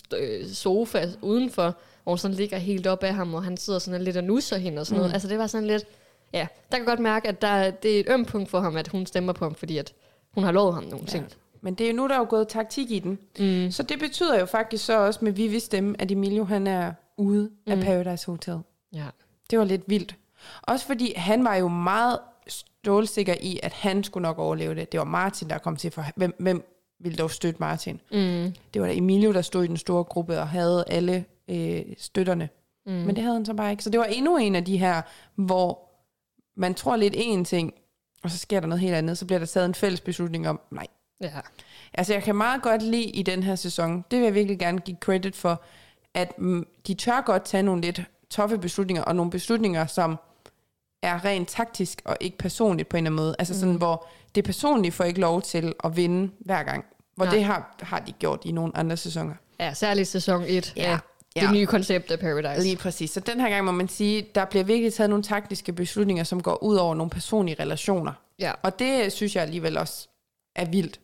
sofa udenfor, hvor hun sådan ligger helt op af ham, og han sidder sådan lidt og nusser hende og sådan noget. Altså det var sådan lidt, der kan godt mærke, at det er et ømt punkt for ham, at hun stemmer på ham, fordi at hun har lovet ham nogle ting. Men det er jo nu, der er jo gået taktik i den. Så det betyder jo faktisk så også med Vivis stemme, at Emilio han er ude af Paradise Hotel. Ja. Det var lidt vildt. Også fordi han var jo meget stålsikker i, at han skulle nok overleve det. Det var Martin, der kom til, for hvem ville dog støtte Martin? Det var da Emilio, der stod i den store gruppe og havde alle støtterne. Men det havde han så bare ikke. Så det var endnu en af de her, hvor man tror lidt en ting, og så sker der noget helt andet. Så bliver der taget en fælles beslutning om, nej. Ja. Altså jeg kan meget godt lide i den her sæson, det vil jeg virkelig gerne give credit for, at de tør godt tage nogle lidt toffe beslutninger, og nogle beslutninger, som er rent taktisk og ikke personligt på en eller anden måde. Altså sådan, hvor det personlige får ikke lov til at vinde hver gang. Hvor det har de gjort i nogle andre sæsoner. Ja, særligt sæson 1. Ja. Det nye koncept af Paradise. Lige præcis. Så den her gang må man sige, der bliver virkelig taget nogle taktiske beslutninger, som går ud over nogle personlige relationer. Ja. Og det synes jeg alligevel også er vildt.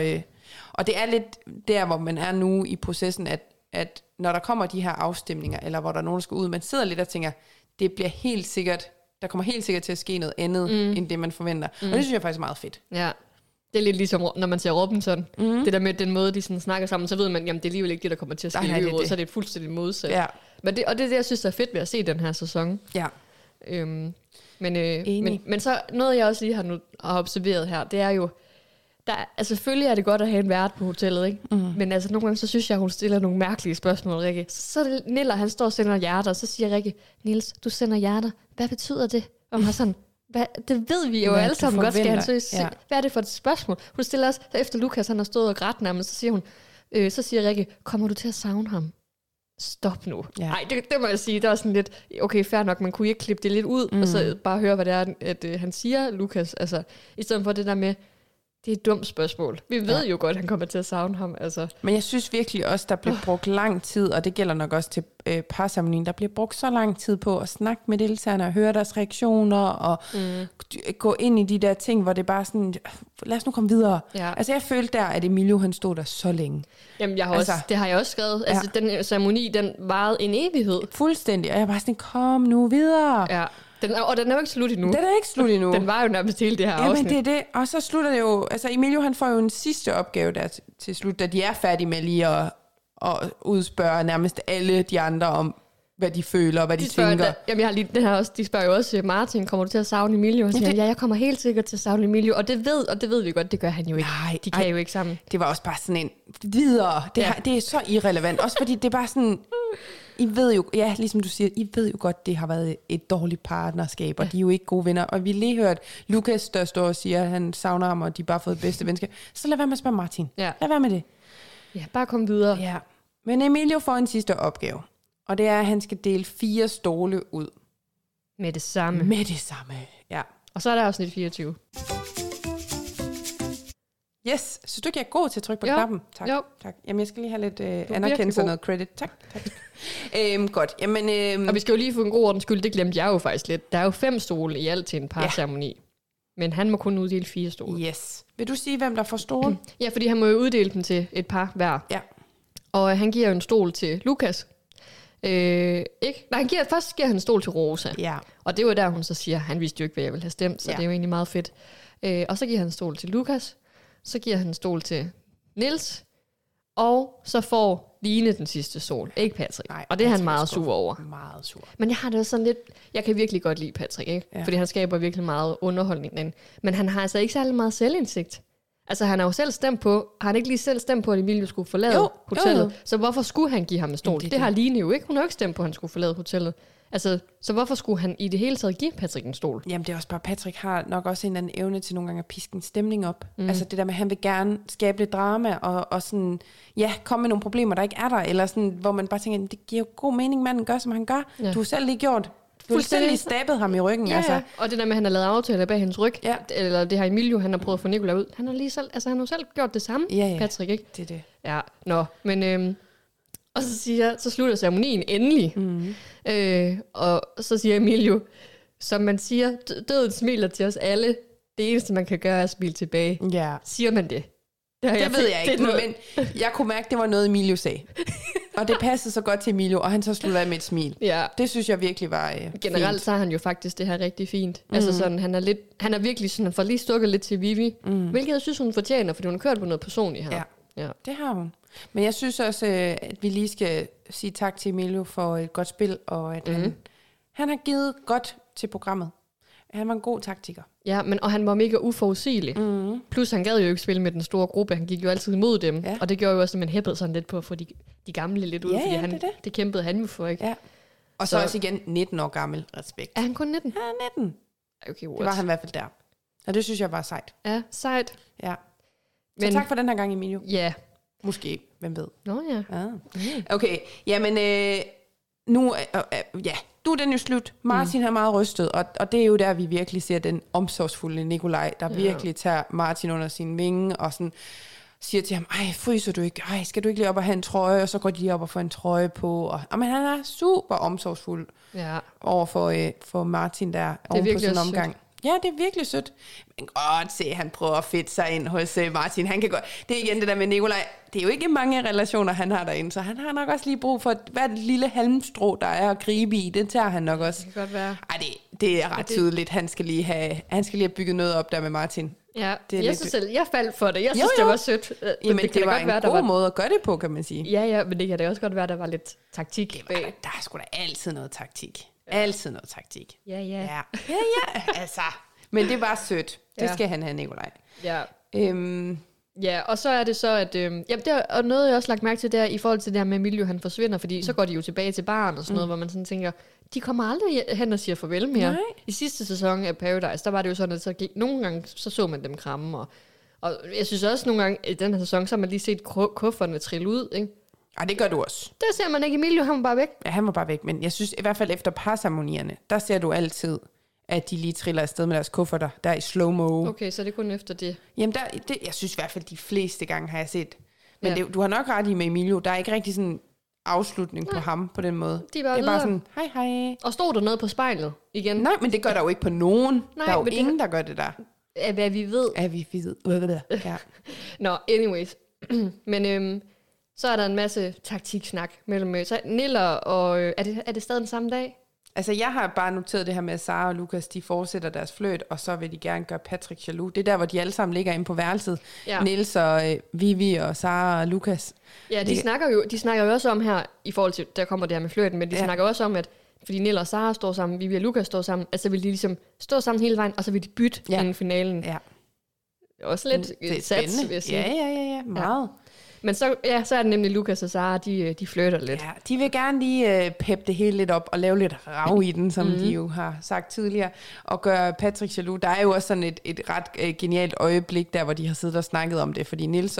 Og det er lidt der, hvor man er nu i processen, at når der kommer de her afstemninger, eller hvor der er nogen, der skal ud, man sidder lidt og tænker, det bliver helt sikkert, der kommer helt sikkert til at ske noget andet, end det man forventer. Og det synes jeg faktisk er meget fedt. Ja. Det er lidt ligesom, når man ser Robinson. Det der med den måde, de sådan snakker sammen, så ved man, jamen det er alligevel ikke det, der kommer til at ske i Øvrigt, så det er fuldstændig modsat. Ja. Og det er det, jeg synes er fedt ved at se den her sæson. Ja. Men så noget, jeg også lige har observeret her, det er jo, altså selvfølgelig er det godt at have en vært på hotellet, ikke? Men altså nogle gange, så synes jeg, hun stiller nogle mærkelige spørgsmål, Rikke. Så er det Niller, han står og sender hjerter, og så siger Rikke, Niels, du sender hjerter. Hvad betyder det? Og han sådan, det ved vi jo alle sammen godt, skal han så hvad er det for et spørgsmål? Hun stiller også, efter Lukas, han har stået og grædt nærmest, så siger hun, så siger Rikke, kommer du til at savne ham? Stop nu. Nej, det må jeg sige, det er sådan lidt, okay, fair nok, man kunne ikke klippe det lidt ud, og så bare høre, hvad det er, at han siger, Lukas, altså, i stedet for det der med, det er et dumt spørgsmål. Vi ved jo godt, at han kommer til at savne ham. Altså. Men jeg synes virkelig også, der bliver brugt lang tid, og det gælder nok også til parceremonien, der bliver brugt så lang tid på at snakke med deltagerne og høre deres reaktioner og gå ind i de der ting, hvor det bare sådan, lad os nu komme videre. Ja. Altså jeg følte der, at Emilio han stod der så længe. Jamen det har jeg også skrevet. Altså den ceremoni, den varede en evighed. Fuldstændig. Og jeg var sådan, kom nu videre. Ja. Den er jo ikke slut endnu. Den er ikke slut endnu. Den var jo nærmest hele det her afsnit. Jamen det er det. Og så slutter det jo, altså Emilio han får jo en sidste opgave der til slut, da de er færdige med lige at udspørge nærmest alle de andre om, hvad de føler og hvad de tænker. Jamen jeg har lige den her også, de spørger jo også Martin, kommer du til at savne Emilio? Og siger, jeg kommer helt sikkert til at savne Emilio. Og det ved vi godt, det gør han jo ikke. Nej, de kan jo ikke sammen. Det var også bare sådan en videre. Det er så irrelevant. Også fordi det er bare sådan, I ved jo, ja, ligesom du siger, I ved jo godt, det har været et dårligt partnerskab, og de er jo ikke gode venner. Og vi har lige hørt Lukas, der står og siger, at han savner ham, og de bare fået bedste venskab. Så lad være med at spørge Martin. Ja. Lad være med det. Ja, bare kom videre. Ja. Men Emilio får en sidste opgave, og det er, at han skal dele 4 stole ud. Med det samme. Med det samme, ja. Og så er der afsnit 24. Yes, så du ikke er god til at trykke på knappen? Tak. Jo. Tak. Jamen, jeg skal lige have lidt anerkendelse og noget credit. Tak. Godt. Jamen, Og vi skal jo lige få en god ordens skyld, det glemte jeg jo faktisk lidt. Der er jo 5 stole i alt til en parceremoni. Ja. Men han må kun uddele 4 stole. Yes. Vil du sige, hvem der får stole? Ja, fordi han må jo uddele dem til et par hver. Ja. Og han giver jo en stol til Lukas. Ikke? Nej, først giver han en stol til Rosa. Ja. Og det var der, hun så siger, han vidste jo ikke, hvad jeg ville have stemt, så det er jo egentlig meget fedt. Og så giver han en stol til Lukas. Så giver han en stol til Niels. Og så får Line den sidste stol. Ikke Patrick. Nej, og det er han meget sur over. Meget sur. Men jeg har det sådan lidt... Jeg kan virkelig godt lide Patrick, ikke? Ja. Fordi han skaber virkelig meget underholdning. Men han har altså ikke særlig meget selvindsigt. Altså, han har jo selv stemt på... Har han ikke lige selv stemt på, at Emilio skulle forlade hotellet? Jo. Så hvorfor skulle han give ham en stol? Det har Line jo ikke. Hun har jo ikke stemt på, at han skulle forlade hotellet. Altså, så hvorfor skulle han i det hele taget give Patrick en stol? Jamen, det er også bare, Patrick har nok også en eller anden evne til nogle gange at piske en stemning op. Altså det der med, at han vil gerne skabe lidt drama, og sådan, komme med nogle problemer, der ikke er der, eller sådan, hvor man bare tænker, det giver jo god mening, manden gør, som han gør. Ja. Du har selv lige gjort. Du har selv lige stabet ham i ryggen. Ja, altså. Ja. Og det der med, at han har lavet aftaler bag hendes ryg, eller det her Emilio, han har prøvet at få Nicolai ud. Han har lige selv, altså han har selv gjort det samme, Patrick, ikke? Det er det. Ja, men... Og så slutter ceremonien endelig. Og så siger Emilio, som man siger, døden smiler til os alle. Det eneste, man kan gøre, er at smile tilbage. Ja. Siger man det? Det ved jeg ikke, men jeg kunne mærke, det var noget, Emilio sagde. Og det passede så godt til Emilio, og han så sluttede af med et smil. Ja. Det synes jeg virkelig var generelt fint. så har han jo faktisk det her rigtig fint. Altså sådan, han er virkelig sådan, han får lige stukket lidt til Vivi, hvilket jeg synes, hun fortjener, fordi hun har kørt på noget personligt her. Ja, det har hun. Men jeg synes også, at vi lige skal sige tak til Emilio for et godt spil, og at han har givet godt til programmet. Han var en god taktiker. Ja, og han var mega uforudsigelig. Plus han gad jo ikke spille med den store gruppe, han gik jo altid imod dem. Ja. Og det gjorde jo også, at man hæppede sådan lidt på at få de gamle lidt ud, fordi det kæmpede han jo for, ikke? Ja. Og så også igen 19 år gammel, respekt. Er han kun 19? Han er 19. Okay, det var han i hvert fald der. Og det synes jeg var sejt. Ja, sejt. Ja. Så tak for den her gang, Emilio. Ja. Måske, hvem ved. Nå ja. Okay, jamen nu, du er den jo slut. Martin er meget rystet, og det er jo der, vi virkelig ser den omsorgsfulde Nicolai, der virkelig tager Martin under sin vinge, og sådan siger til ham, ej, fryser du ikke? Ej, skal du ikke lige op og have en trøje? Og så går de lige op og får en trøje på. Men han er super omsorgsfuld over for Martin der, oven på sin omgang. Sødt. Ja, det er virkelig sødt. Men godt se, han prøver at fedte sig ind hos Martin. Han kan godt. Det er igen det der med Nicolai. Det er jo ikke mange relationer, han har derinde, så han har nok også lige brug for hvert lille halmstrå, der er at gribe i. Det tager han nok også. Det kan godt være. Ej, det er ret tydeligt. Han skal lige have bygget noget op der med Martin. Ja, jeg faldt for det. Jeg synes, det var sødt. Jamen, det var en god måde at gøre det på, kan man sige. Ja, men det kan da også godt være, der var lidt taktik bag. Der er sgu da altid noget taktik. Altid noget taktik. Ja, altså. Men det var sødt. Det skal han have, Nicolai. Ja. Ja, og så er det så, at... det er noget, jeg også lagt mærke til, der i forhold til det her med Emilio, han forsvinder, fordi så går de jo tilbage til baren og sådan noget, hvor man sådan tænker, de kommer aldrig hen og siger farvel mere. Nej. I sidste sæson af Paradise, der var det jo sådan, at så gik, nogle gange så man dem kramme, og jeg synes også nogle gange, i den her sæson, så har man lige set kuffertene trille ud, ikke? Ej, det gør du også. Der ser man ikke Emilio, han var bare væk. Ja, han var bare væk, men jeg synes i hvert fald efter parceremonierne, der ser du altid, at de lige triller afsted med deres kufferter, der i slow-mo. Okay, så det er kun efter det. Jamen, jeg synes i hvert fald, de fleste gange har jeg set. Men du har nok ret i med Emilio, der er ikke rigtig sådan afslutning på ham på den måde. Det er bare sådan, hej. Og stod der noget på spejlet igen? Nej, men det gør der jo ikke på nogen. Nej, der er jo ingen, der gør det der. Af hvad vi ved. Ja. Nå, anyways. Men så er der en masse taktiksnak mellem Niller og... Er det stadig den samme dag? Altså, jeg har bare noteret det her med, at Sara og Lukas, de fortsætter deres fløjt, og så vil de gerne gøre Patrick jaloux. Det er der, hvor de alle sammen ligger inde på værelset. Ja. Niels og Vivi og Sara og Lukas. Ja, de snakker jo også om her, i forhold til, der kommer det her med fløjten, men de snakker også om, at fordi Niels og Sara står sammen, Vivi og Lukas står sammen, altså vil de ligesom stå sammen hele vejen, og så vil de bytte inden finalen. Ja. Også lidt det er spændende. vil jeg sige. Ja, meget. Men så er det nemlig Lukas og Sara, de flytter lidt. Ja, de vil gerne lige peppe det hele lidt op og lave lidt rav i den, som de jo har sagt tidligere, og gøre Patrick jaloux. Der er jo også sådan et ret genialt øjeblik der, hvor de har siddet og snakket om det, fordi Niels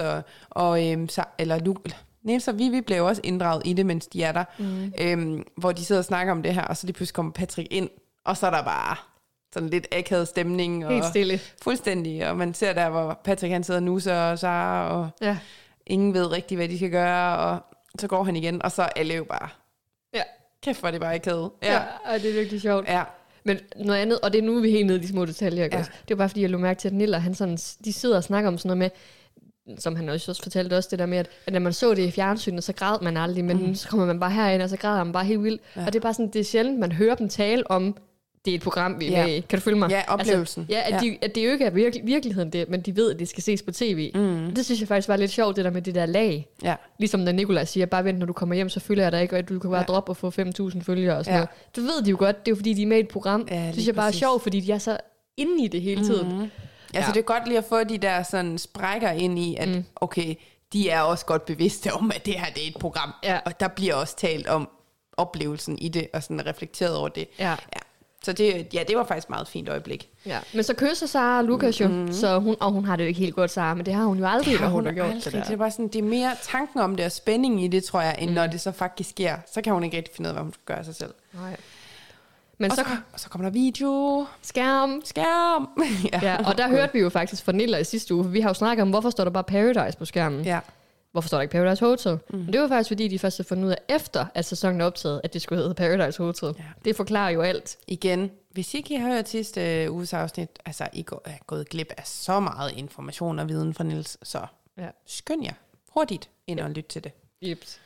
og Vivi blev også inddraget i det, mens de er der, hvor de sidder og snakker om det her, og så lige pludselig kommer Patrick ind, og så er der bare sådan lidt akavet stemning. Helt stille. Fuldstændig, og man ser der, hvor Patrick han sidder nu, og Sara, og ingen ved rigtig, hvad de skal gøre, og så går han igen, og så er alle jo bare, kæft, hvor det bare akavet. Ja, og det er virkelig sjovt. Ja. Men noget andet, og det er nu, vi er helt nede i de små detaljer, ikke? Det var bare fordi, jeg lå mærke til, at Niller, han sådan, de sidder og snakker om sådan noget med, som han også fortalte også, det der med, at når man så det i fjernsynet, så græd man aldrig, men så kommer man bare herind, og så græder man bare helt vildt. Ja. Og det er bare sådan, det er sjældent, man hører dem tale om, det er et program, vi er med i. Kan du følge mig? Ja, oplevelsen. Altså, at det jo ikke er virkeligheden det, men de ved, at det skal ses på tv. Det synes jeg faktisk var lidt sjovt, det der med det der lag. Ja. Ligesom når Nikolaj siger, bare vent, når du kommer hjem, så følger jeg dig ikke, og du kan bare droppe og få 5.000 følgere og sådan noget. Det ved de jo godt, det er jo fordi, de er med i et program. Det synes jeg bare er sjovt, fordi de er så inde i det hele tiden. Altså det er godt lige at få de der sådan sprækker ind i, at okay, de er også godt bevidste om, at det her det er et program. Ja. Og der bliver også talt om oplevelsen i det, og sådan reflekteret over det. Ja. Så det var faktisk et meget fint øjeblik. Ja. Men så kysser Sara og Lukas jo, så hun har det jo ikke helt godt, Sara, men det har hun jo aldrig, når hun har gjort det der. Det er bare sådan, det er mere tanken om det og spænding i det, tror jeg, end når det så faktisk sker. Så kan hun ikke rigtig finde ud af, hvad hun skal gøre af sig selv. Nej. Men så kommer der video. Skærm. Ja, og der hørte vi jo faktisk fra Niller i sidste uge, for vi har jo snakket om, hvorfor står der bare Paradise på skærmen? Ja. Hvorfor står der ikke Paradise Hotel? Men det var faktisk, fordi de først havde fundet ud af, efter at sæsonen er optaget, at det skulle hedde Paradise Hotel. Ja. Det forklarer jo alt. Igen, hvis ikke I har hørt sidste uges afsnit, altså I er gået glip af så meget information og viden fra Niels, så skynd jer hurtigt ind og lyt til det. Jeps.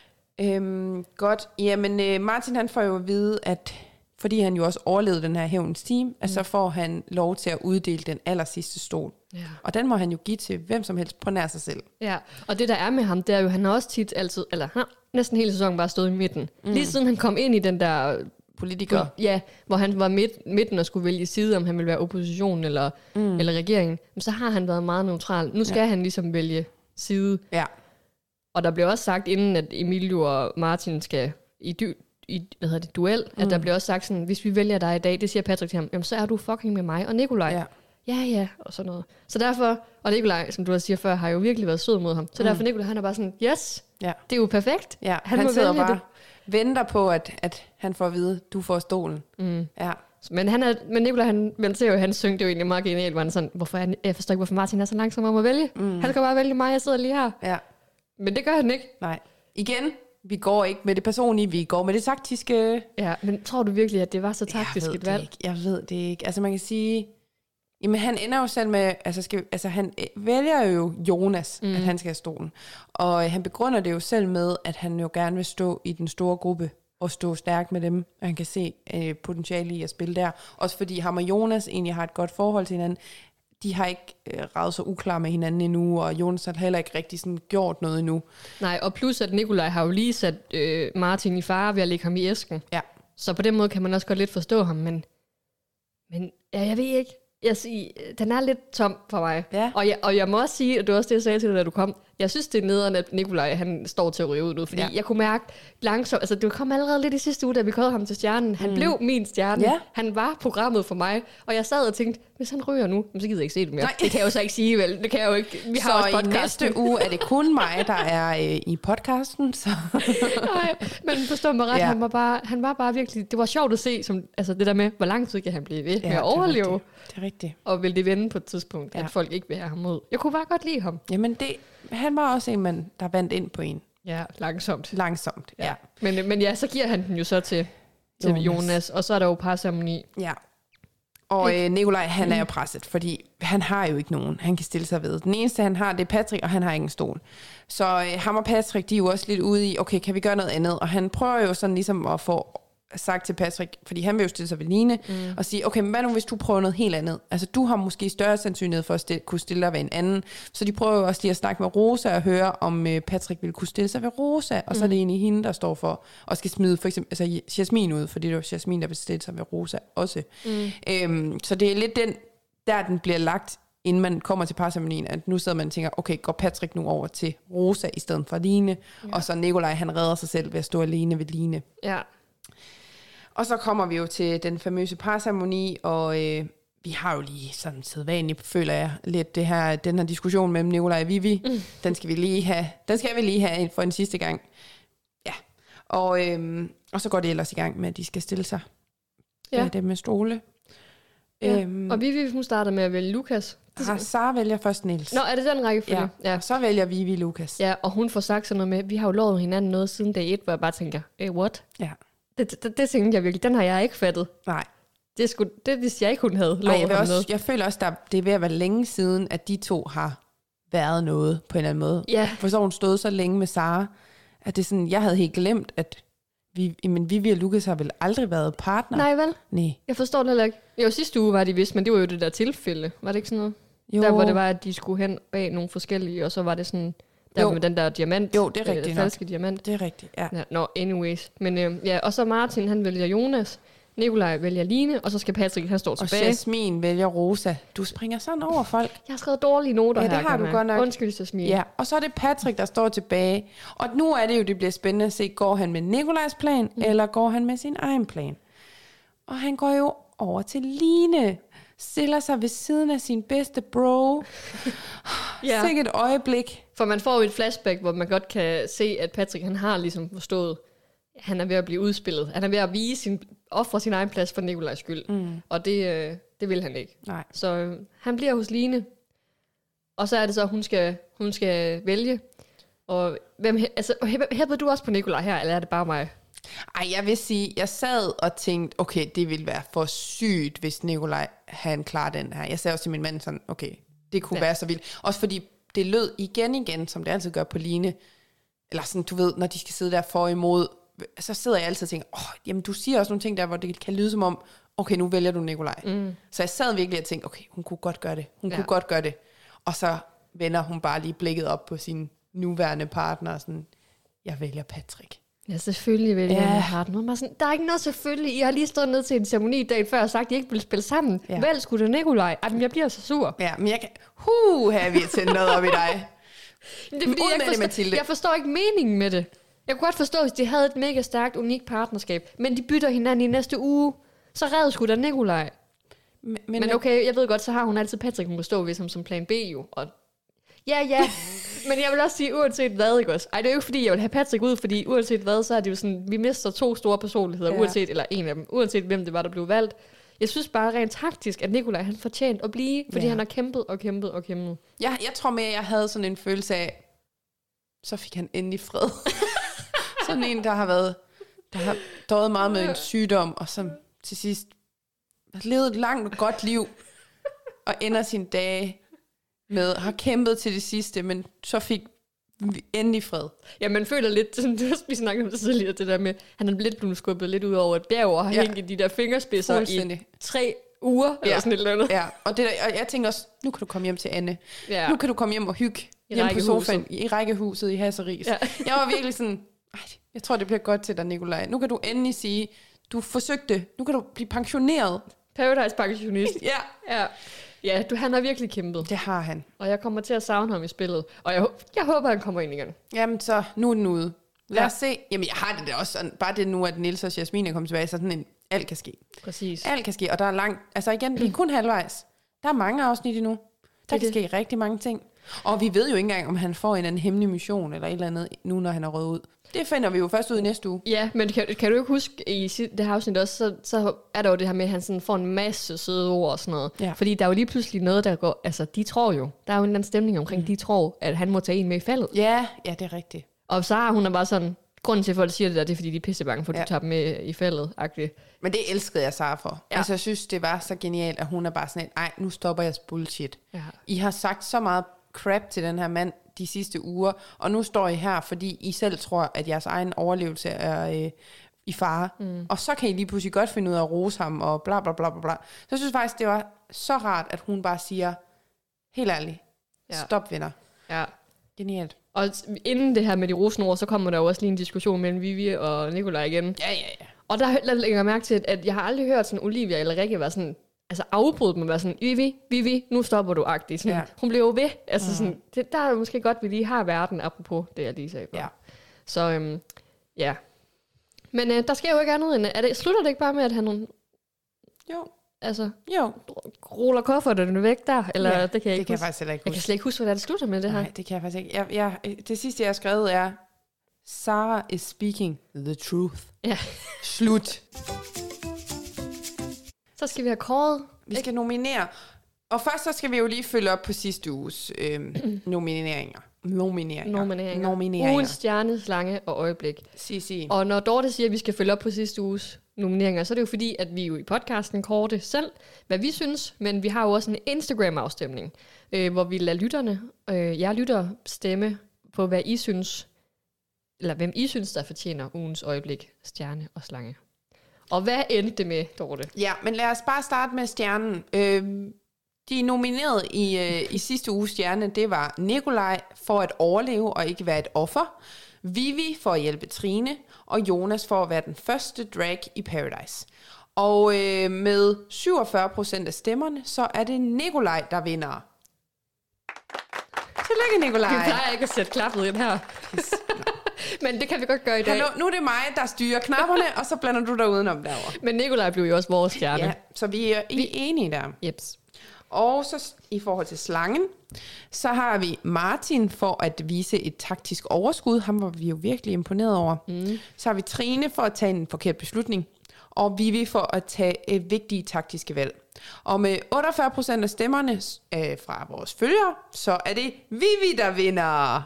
Godt. Jamen, Martin han får jo at vide, at fordi han jo også overlevede den her hævnens team, at så får han lov til at uddele den aller sidste stol. Ja. Og den må han jo give til hvem som helst på nær sig selv. Ja, og det der er med ham, det er jo, han har også tit altid, eller næsten hele sæsonen bare stået i midten. Lige siden han kom ind i den der politiker. Ja, hvor han var midten og skulle vælge side, om han ville være opposition eller regeringen. Men så har han været meget neutral. Nu skal han ligesom vælge side. Ja. Og der blev også sagt, inden at Emilio og Martin skal i duel, at der bliver også sagt sådan, hvis vi vælger dig i dag, det siger Patrick til ham, jamen så er du fucking med mig og Nikolaj. Ja, og sådan noget. Så derfor, og Nikolaj, som du også siger før, har jo virkelig været sød mod ham. Så derfor Nikolaj, han er bare sådan, yes, det er jo perfekt. Ja, han sidder bare venter på, at han får at vide, du får stolen. Ja. Men Nikolaj, man ser jo, han synger det jo egentlig meget genialt, hvor han sådan, jeg forstår ikke, hvorfor Martin er så langsom om at vælge. Han skal bare vælge mig, jeg sidder lige her. Ja. Men det gør han ikke. Nej. Igen, vi går ikke med det personlige, vi går med det taktiske. Ja, men tror du virkelig, at det var så taktisk et valg? Jeg ved det ikke. Altså man kan sige, jamen han ender jo selv med, han vælger jo Jonas, at han skal have stolen. Og han begrunder det jo selv med, at han jo gerne vil stå i den store gruppe, og stå stærkt med dem, og han kan se potentiale i at spille der. Også fordi ham og Jonas egentlig har et godt forhold til hinanden. De har ikke ravet så uklar med hinanden endnu, og Jonas har heller ikke rigtig sådan gjort noget endnu. Nej, og plus at Nikolaj har jo lige sat Martin i fare ved at lægge ham i æsken. Ja. Så på den måde kan man også godt lidt forstå ham, men jeg ved ikke. Den er lidt tom for mig. Ja. Og jeg må også sige, at det var også det, jeg sagde til dig, da du kom. Jeg synes, det er nederen, at Nikolaj, han står til at ryge ud nu, fordi jeg kunne mærke langsomt, altså det kom allerede lidt i sidste uge, da vi kårede ham til stjernen. Han blev min stjerne. Ja. Han var programmet for mig, og jeg sad og tænkte, hvis han ryger nu, så gider jeg ikke se det mere. Nej. Det kan jeg jo så ikke sige, vel? Det kan jeg jo ikke. Vi har også podcasten. Så i næste uge er det kun mig, der er i podcasten. Så. Nej, men forstå mig ret, han var bare virkelig, det var sjovt at se, altså det der med, hvor lang tid kan han blive ved med at overleve. Det er rigtigt. Og vil det vende på et tidspunkt, at folk ikke vil have ham ud. Jeg kunne bare godt lide ham. Jamen han var også en, der vandt ind på en. Ja, langsomt. Ja. Men så giver han den jo så til Jonas, og så er der jo parceremoni. Ja. Og Nikolaj, han er jo presset, fordi han har jo ikke nogen, han kan stille sig ved. Den eneste, han har, det er Patrick, og han har ingen stol. Så ham og Patrick, de er jo også lidt ude i, okay, kan vi gøre noget andet? Og han prøver jo sådan ligesom at få sagt til Patrick, fordi han vil jo stille sig ved Line, og sige, okay, men hvad nu hvis du prøver noget helt andet? Altså du har måske større sandsynlighed for at kunne stille dig ved en anden, så de prøver jo også lige at snakke med Rosa og høre, om Patrick vil kunne stille sig ved Rosa, og så er det egentlig hende, der står for, og skal smide for eksempel, altså Jasmin ud, fordi det er jo Jasmin, der vil stille sig ved Rosa også. Så det er lidt den bliver lagt inden man kommer til parceremonien, at nu sidder man og tænker, okay, går Patrick nu over til Rosa i stedet for Line, og så Nikolaj, han redder sig selv ved at stå alene ved Line. Ja. Og så kommer vi jo til den famøse parceremoni, og vi har jo lige sådan sædvanligt, føler jeg, lidt den her diskussion mellem Nikolaj og Vivi. Den skal vi lige have for en sidste gang. Ja. Og så går det ellers i gang med, at de skal stille sig. Ja. Det med stole. Ja. Og Vivi, hun starter med at vælge Lukas. Sara vælger først Niels. Nå, er det den rækkefølge? Ja. Så vælger Vivi Lukas. Ja, og hun får sagt sådan noget med, vi har jo lovet hinanden noget siden dag 1, hvor jeg bare tænker, what? Ja. Det tænkte jeg virkelig, den har jeg ikke fattet. Nej. Det vidste jeg ikke, hun havde lovet noget. Jeg føler også, at det er ved at være længe siden, at de to har været noget på en eller anden måde. Ja. For så hun stået så længe med Sara, at det er sådan, jeg havde helt glemt, at Vivi og Lukas har vel aldrig været partner. Nej, vel? Nej. Jeg forstår det heller ikke. Jo, sidste uge var de vist, men det var jo det der tilfælde. Var det ikke sådan noget? Jo. Der, hvor det var, at de skulle hen bag nogle forskellige, og så var det sådan, der med den der diamant. Jo, det er rigtigt falske diamant. Det er rigtigt, ja. Anyways. Men og så Martin, han vælger Jonas. Nikolaj vælger Line, og så skal Patrick, han står tilbage. Og Jasmin vælger Rosa. Du springer sådan over folk. Jeg har skrevet dårlige noter her. Ja, det har du godt nok. Undskyld, Jasmin. Ja, og så er det Patrick, der står tilbage. Og nu er det jo, det bliver spændende at se, går han med Nikolajs plan, eller går han med sin egen plan? Og han går jo over til Line. Stiller sig ved siden af sin bedste bro. Ja. Sikke et øjeblik. For man får jo et flashback, hvor man godt kan se, at Patrick, han har ligesom forstået, han er ved at blive udspillet. Han er ved at ofre sin egen plads for Nikolajs skyld. Og det vil han ikke. Nej. Så han bliver hos Line. Og så er det så, hun skal vælge. Og hæppede du også på Nikolaj her, eller er det bare mig? Ej, jeg vil sige, jeg sad og tænkte, okay, det ville være for sygt, hvis Nikolaj han klarer den her. Jeg sagde også til min mand sådan, okay, det kunne være så vildt. Også fordi det lød igen, som det altid gør på Line. Eller sådan, du ved, når de skal sidde der for imod, så sidder jeg altid og tænker, jamen du siger også nogle ting der, hvor det kan lyde som om, okay, nu vælger du Nikolaj. Så jeg sad virkelig og tænkte, okay, hun kunne godt gøre det. Kunne godt gøre det. Og så vender hun bare lige blikket op på sin nuværende partner, og sådan, jeg vælger Patrick. Ja, selvfølgelig vælger jeg partner. Sådan, der er ikke noget selvfølgelig. I har lige stået ned til en ceremoni dagen før og sagt, at I ikke ville spille sammen. Ja. Vel skulle det Nikolaj? Jeg bliver så sur. Ja, men jeg kan... vi har tændt noget op i dig. Det er fordi, jeg forstår ikke meningen med det. Jeg kunne godt forstå, hvis de havde et mega stærkt, unikt partnerskab, men de bytter hinanden i næste uge, så redder sgu da Nikolaj. Men okay, jeg ved godt, så har hun altid Patrick, hun kan stå ved som plan B jo. Og ja, men jeg vil også sige, uanset hvad, ikke også? Ej, det er jo ikke, fordi jeg vil have Patrick ud, fordi uanset hvad, så er det jo sådan, vi mister 2 store personligheder, eller en af dem, uanset hvem det var, der blev valgt. Jeg synes bare rent taktisk, at Nikolaj han fortjent at blive, fordi han har kæmpet og kæmpet. Ja, jeg tror mere, jeg havde sådan en følelse af, så fik han endelig fred. Sådan en, der har døjet meget med en sygdom, og som til sidst har levet et langt og godt liv, og ender sine dage med, har kæmpet til det sidste, men så fik endelig fred. Ja, man føler lidt, som du også snakkede om det tidligere, det der med, han er lidt blevet skubbet lidt ud over et bjerg, og har hængt i de der fingerspidser i 3 uger, eller sådan et eller andet. Ja, og jeg tænker også, nu kan du komme hjem til Anne. Ja. Nu kan du komme hjem og hygge hjem på sofaen i rækkehuset i Hasseris. Ja. Jeg var virkelig sådan, jeg tror, det bliver godt til dig, Nikolaj. Nu kan du endelig sige, du forsøgte, nu kan du blive pensioneret. Paradise-pensionist. Ja, han har virkelig kæmpet. Det har han. Og jeg kommer til at savne ham i spillet. Og jeg håber, han kommer ind igen. Jamen så, nu er den ude. Lad os se. Jamen jeg har det da også sådan, bare det nu, at Niels og Jasmin er kommet tilbage, så sådan alt kan ske. Præcis. Alt kan ske, og der er langt, altså igen, det er kun halvvejs. Der er mange afsnit endnu. Der kan ske rigtig mange ting. Og vi ved jo ikke engang, om han får en hemmelig mission, eller et eller andet, nu når han er røget ud. Det finder vi jo først ud i næste uge. Ja, men kan du ikke huske, i det her afsnit også, så er der jo det her med, at han sådan får en masse søde ord og sådan noget. Ja. Fordi der er jo lige pludselig noget, der går, altså de tror jo, der er jo en eller anden stemning omkring, de tror, at han må tage en med i faldet. Ja, det er rigtigt. Og Sara, hun er bare sådan, grunden til, at folk siger det der, det er, fordi de er pissebange for, at du tager dem med i faldet-agtigt. Men det elskede jeg Sara for. Ja. Altså jeg synes, det var så genialt, at hun er bare sådan, nu stopper jeres bullshit. Ja. I har sagt så meget crap til den her mand de sidste uger, og nu står I her, fordi I selv tror, at jeres egen overlevelse er i fare. Og så kan I lige pludselig godt finde ud af at rose ham, og bla bla bla bla bla. Så jeg synes faktisk, det var så rart, at hun bare siger, helt ærligt, stop venner. Ja. Genialt. Og inden det her med de rosende ord, så kommer der jo også lige en diskussion mellem Vivi og Nikolaj igen. Ja. Og der lægger jeg mærke til, at jeg har aldrig hørt sådan Olivia eller Rikke være sådan, altså afbryde dem og være sådan, Vivi, nu stopper du, agtigt. Sådan, Ja. Hun bliver jo ved. Altså sådan, der er måske godt, vi lige har verden, apropos det, jeg lige sagde før. Ja. Så ja. Men der sker jo ikke andet end, slutter det ikke bare med, at han Jo. altså, Jo. ruller kufferterne væk der? Eller Ja, det kan jeg ikke det kan jeg huske. faktisk heller ikke Jeg kan slet ikke huske, hvordan det slutter med det her. Nej, det kan jeg faktisk ikke. Det sidste, jeg har skrevet er, Sarah is speaking the truth. Ja. Slut. Så skal vi have kåret. Vi skal nominere. Og først så skal vi jo lige følge op på sidste uges nomineringer. Ugens stjerne, slange og øjeblik. Sig. Og når Dorte siger, at vi skal følge op på sidste uges nomineringer, så er det jo fordi, at vi jo i podcasten kårer det selv, hvad vi synes, men vi har jo også en Instagram-afstemning, hvor vi lader lytterne, jer lyttere, stemme på, hvad I synes, eller hvem I synes, der fortjener ugens øjeblik, stjerne og slange. Og hvad endte det med, Dorte? Ja, men lad os bare starte med stjernen. De nomineret i sidste uges stjerne, det var Nikolaj for at overleve og ikke være et offer, Vivi for at hjælpe Trine, og Jonas for at være den første drag i Paradise. Og med 47% af stemmerne, så er det Nikolaj, der vinder. Tillykke, Nikolaj. Vi plejer ikke at sætte klappet ind her. Men det kan vi godt gøre i dag. Hallo, nu er det mig, der styrer knapperne, og så blander du dig udenom derovre. Men Nikolaj blev jo også vores stjerne. Ja, så vi er enige der. Jeps. Og så i forhold til slangen, så har vi Martin for at vise et taktisk overskud. Ham var vi jo virkelig imponeret over. Så har vi Trine for at tage en forkert beslutning. Og Vivi for at tage vigtige taktiske valg. Og med 48% af stemmerne fra vores følgere, så er det Vivi, der vinder.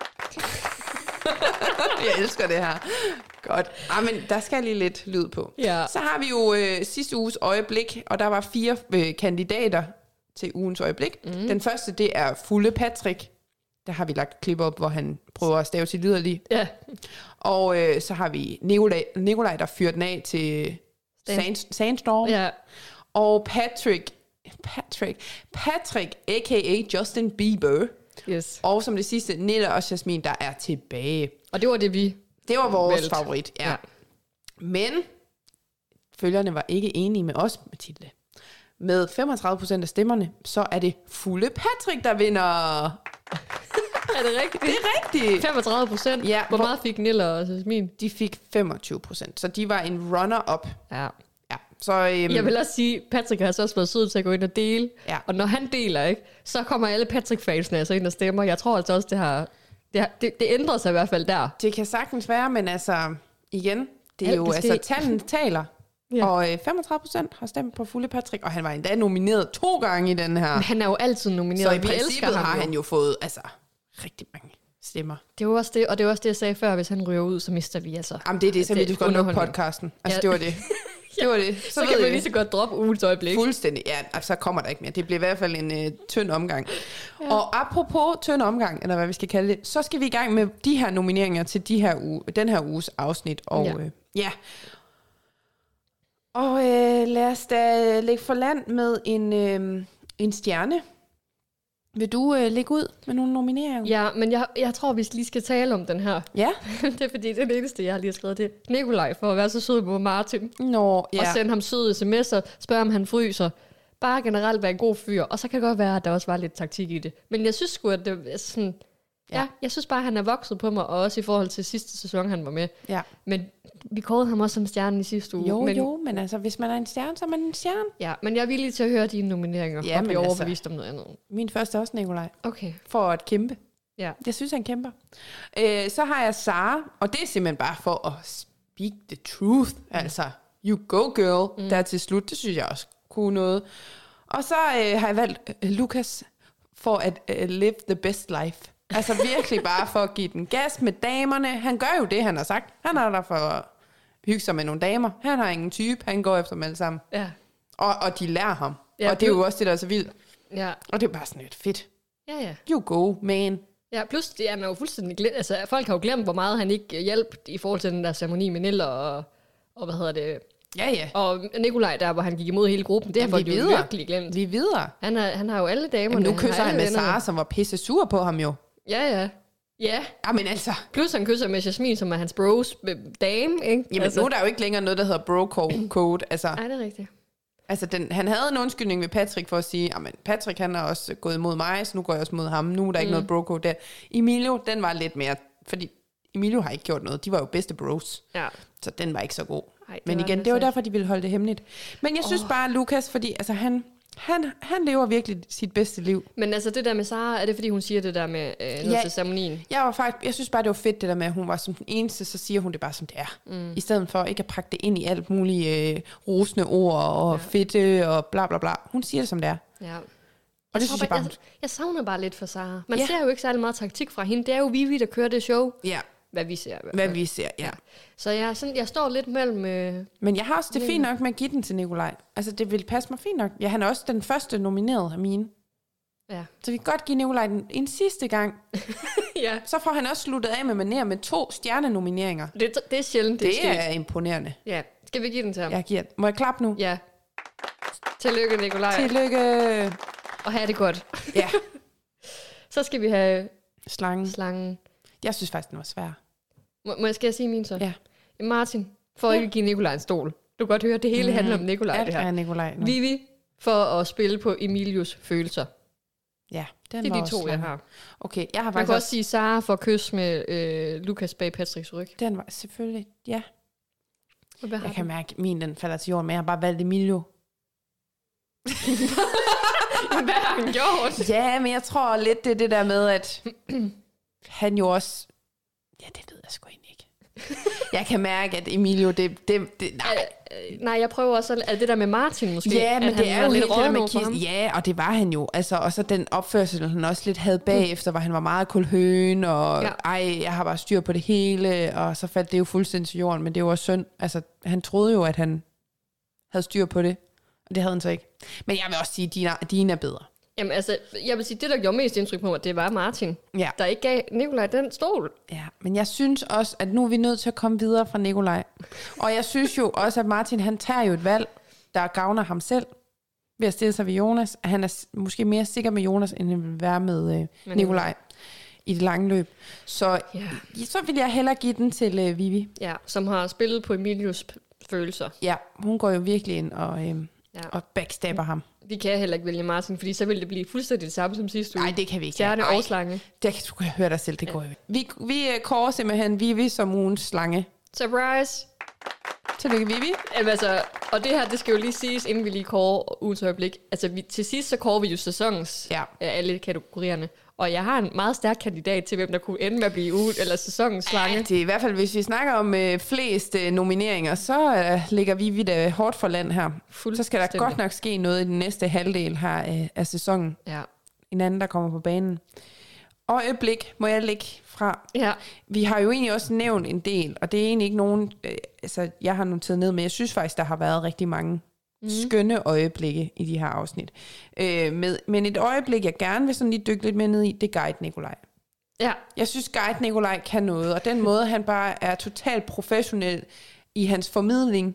Jeg elsker det her. Godt. Men der skal lige lidt lyd på. Ja. Så har vi jo sidste uges øjeblik, og der var 4 kandidater til ugens øjeblik. Den første, det er Fulde Patrick. Der har vi lagt et klip op, hvor han prøver at stave sit lyderlige. Ja. Og så har vi Nikolaj, der fyrer den af til Sandstorm. Ja. Og Patrick, a.k.a. Justin Bieber. Yes. Og som det sidste, Nilla og Jasmin, der er tilbage. Og det var det, Det var vores valgte. favorit, ja. Men følgerne var ikke enige med os, Mathilde. Med 35% af stemmerne, så er det Fulde Patrick, der vinder. Er det rigtigt? Det er rigtigt. 35%? Ja, Hvor meget fik Nilla og Jasmin? De fik 25%, så de var en runner-up. Ja. Ja, så, Jeg vil også sige, Patrick har så også været sød til at gå ind og dele. Ja. Og når han deler, ikke, så kommer alle Patrick-fansene altså ind og stemmer. Jeg tror altså også, det ændrer sig i hvert fald der. Det kan sagtens være, men altså, igen, det er Alt jo, kan ske. altså, tallene taler. Ja. Og 35% har stemt på Fulde Patrick, og han var endda nomineret 2 gange i den her. Men han er jo altid nomineret. Så i Vi elsker princippet ham har han jo fået, altså, rigtig mange stemmer. Det er jo også det, og det er også det, jeg sagde før, hvis han ryger ud, så mister vi altså. Jamen det er det, så vi det du er skal lukke underholdning. podcasten. Altså Ja. det var det. Det var det. Så kan man lige så godt droppe ugens øjeblik. Fuldstændig. Ja, altså, så kommer der ikke mere. Det bliver i hvert fald en tynd omgang. Ja. Og apropos tynd omgang, eller hvad vi skal kalde det, så skal vi i gang med de her nomineringer til den her uges afsnit. Og ja. Og lad os da lægge for land med en stjerne. Vil du lægge ud med nogle nomineringer? Ja, men jeg tror, vi lige skal tale om den her. Ja. Det er fordi, det er det eneste, jeg har lige skrevet det. Nikolaj for at være så sød mod Martin. Nå, ja. Og sende ham søde sms'er, spørge om han fryser. Bare generelt være en god fyr. Og så kan det godt være, at der også var lidt taktik i det. Men jeg synes sgu, at det er sådan... Ja, jeg synes bare, at han er vokset på mig, og også i forhold til sidste sæson, han var med. Ja. Men vi kårede ham også som stjernen i sidste uge. Men altså, hvis man er en stjerne, så er man en stjerne. Ja, men jeg er villig til at høre dine nomineringer, og blive overbevist om noget andet. Min første er også Nikolaj. Okay. For at kæmpe. Ja. Jeg synes, han kæmper. Så har jeg Sara, og det er simpelthen bare for at speak the truth. Altså, you go girl, der til slut. Det synes jeg også kunne noget. Og så har jeg valgt Lukas for at live the best life. Altså virkelig bare for at give den gas med damerne. Han gør jo det, han har sagt. Han er der for at hygge sig med nogle damer. Han har ingen type, han går efter dem alle sammen. Ja. Og de lærer ham. Ja, og det er jo også det, der er så vildt. Ja. Og det er bare sådan lidt fedt. Ja. You go, man. Ja, plus det er jo fuldstændig glemt. Altså, folk har jo glemt, hvor meget han ikke hjalp i forhold til den der ceremoni med Nilla og hvad hedder det? Ja. Og Nikolaj der, hvor han gik imod hele gruppen. Det har folk jo virkelig glemt. Vi er videre. Han har jo alle damerne. Jamen, nu kysser han med Sara, som var pisse sur på ham jo. Ja. Jamen altså. Plus han kysser med Jasmin, som er hans bros dame, ikke? Jamen nu er der jo ikke længere noget, der hedder bro code. Altså. Nej, det er rigtigt. Altså, han havde en undskyldning ved Patrick for at sige, at Patrick han har også gået imod mig, så nu går jeg også mod ham. Nu er der ikke noget bro-code der. Emilio, den var lidt mere, fordi Emilio har ikke gjort noget. De var jo bedste bros. Ja. Så den var ikke så god. Ej, men igen, det var derfor, de ville holde det hemmeligt. Men jeg synes bare, Lukas, fordi altså, han lever virkelig sit bedste liv. Men altså det der med Sara, er det fordi hun siger det der med noget til ceremonien? Jeg synes bare, det var fedt det der med, at hun var som den eneste, så siger hun det bare som det er. I stedet for ikke at pakke det ind i alt mulige rosende ord og fedte og bla bla bla. Hun siger det som det er. Ja. Og det synes jeg bare... Jeg savner bare lidt for Sara. Man ser jo ikke særlig meget taktik fra hende. Det er jo Vivi, der kører det show. Ja. Hvad vi ser. Hvad vi ser, ja. Så jeg står lidt mellem... Men jeg har også det fint nok med at give den til Nikolaj. Altså, det vil passe mig fint nok. Ja, han er også den første nomineret af mine. Ja. Så vi kan godt give Nikolaj den en sidste gang. Ja. Så får han også sluttet af med manér med 2 stjernenomineringer. Det er sjældent, det er imponerende. Ja. Skal vi give den til ham? Jeg giver den. Må jeg klappe nu? Ja. Tillykke, Nikolaj. Tillykke. Og have det godt. Ja. Så skal vi have... Slangen. Jeg synes faktisk, den var svær. Skal jeg sige min så? Ja. Martin, for ikke at give Nikolaj en stol. Du kan godt høre, at det hele handler om Nikolaj. Det her. Er Nikolaj nu. Vivi, for at spille på Emilius følelser. Ja, det er de 2, jeg har. Okay, jeg har faktisk... Man kan også sige Sara for at kysse med Lukas bag Patricks ryg. Den var selvfølgelig, ja. Jeg kan mærke, at den falder til jorden, men jeg har bare valgt Emilio. Hvad har han gjort? Ja, men jeg tror lidt, det er det der med, at han jo også... Ja, det ved jeg sgu egentlig ikke. Jeg kan mærke, at Emilio, nej, jeg prøver også at det der med Martin måske. Ja, men det er jo lidt råd med Kiss. Ja, og det var han jo. Altså, og så den opførsel, han også lidt havde bagefter, hvor han var meget kulhøen, og jeg har bare styr på det hele, og så faldt det jo fuldstændig til jorden, men det var også synd. Altså, han troede jo, at han havde styr på det, og det havde han så ikke. Men jeg vil også sige, at Dina er bedre. Jamen altså, jeg vil sige, det der gjorde mest indtryk på mig, det var Martin, der ikke gav Nikolaj den stol. Ja, men jeg synes også, at nu er vi nødt til at komme videre fra Nikolaj. Og jeg synes jo også, at Martin, han tager jo et valg, der gavner ham selv, ved at stille sig ved Jonas. Han er måske mere sikker med Jonas, end han vil være med Nikolaj i det lange løb. Så vil jeg hellere give den til Vivi. Ja, som har spillet på Emilius følelser. Ja, hun går jo virkelig ind og backstabber ham. Vi kan heller ikke vælge Martin, fordi så vil det blive fuldstændig det samme som sidste uge. Nej, det kan vi ikke. Stjerne og slange. Det kan du høre dig selv, det går jo ikke. Vi kårer simpelthen Vivi som ugens slange. Surprise! Tillykke, Vivi. Altså, og det her, det skal jo lige siges, inden vi lige kårer ugens øjeblik. Altså, til sidst så kårer vi jo sæsonens alle kategorierne. Og jeg har en meget stærk kandidat til, hvem der kunne ende med at blive ugen eller sæsonens slange. Ja, det er i hvert fald, hvis vi snakker om flest nomineringer, så ligger vi da hårdt for land her. Så skal der godt nok ske noget i den næste halvdel her af sæsonen. Ja. En anden, der kommer på banen. Og øjeblik må jeg lægge fra. Ja. Vi har jo egentlig også nævnt en del, og det er egentlig ikke nogen, jeg har noteret ned, men jeg synes faktisk, der har været rigtig mange skønne øjeblikke i de her afsnit. Men et øjeblik, jeg gerne vil sådan lige dykke lidt mere ned i, det er Guide Nikolaj. Ja. Jeg synes, Guide Nikolaj kan noget, og den måde, han bare er totalt professionel i hans formidling,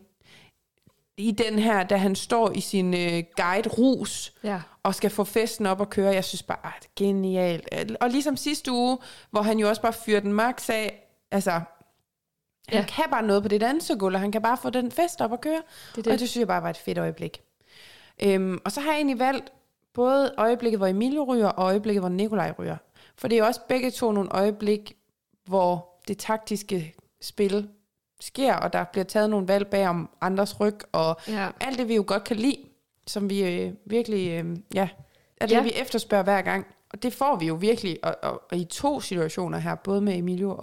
i den her, da han står i sin guide-rus, og skal få festen op og køre. Jeg synes bare, det er genialt. Og ligesom sidste uge, hvor han jo også bare fyrer den max af, altså, han kan bare noget på det dansegulv, og han kan bare få den fest op og køre. Og det synes jeg bare var et fedt øjeblik. Og så har jeg egentlig valgt både øjeblikket, hvor Emilio ryger, og øjeblikket, hvor Nikolaj ryger. For det er også begge to nogle øjeblik, hvor det taktiske spil sker, og der bliver taget nogle valg bag om andres ryg, og alt det, vi jo godt kan lide, som vi virkelig, er det, vi efterspørger hver gang. Og det får vi jo virkelig, og i 2 situationer her, både med Emilio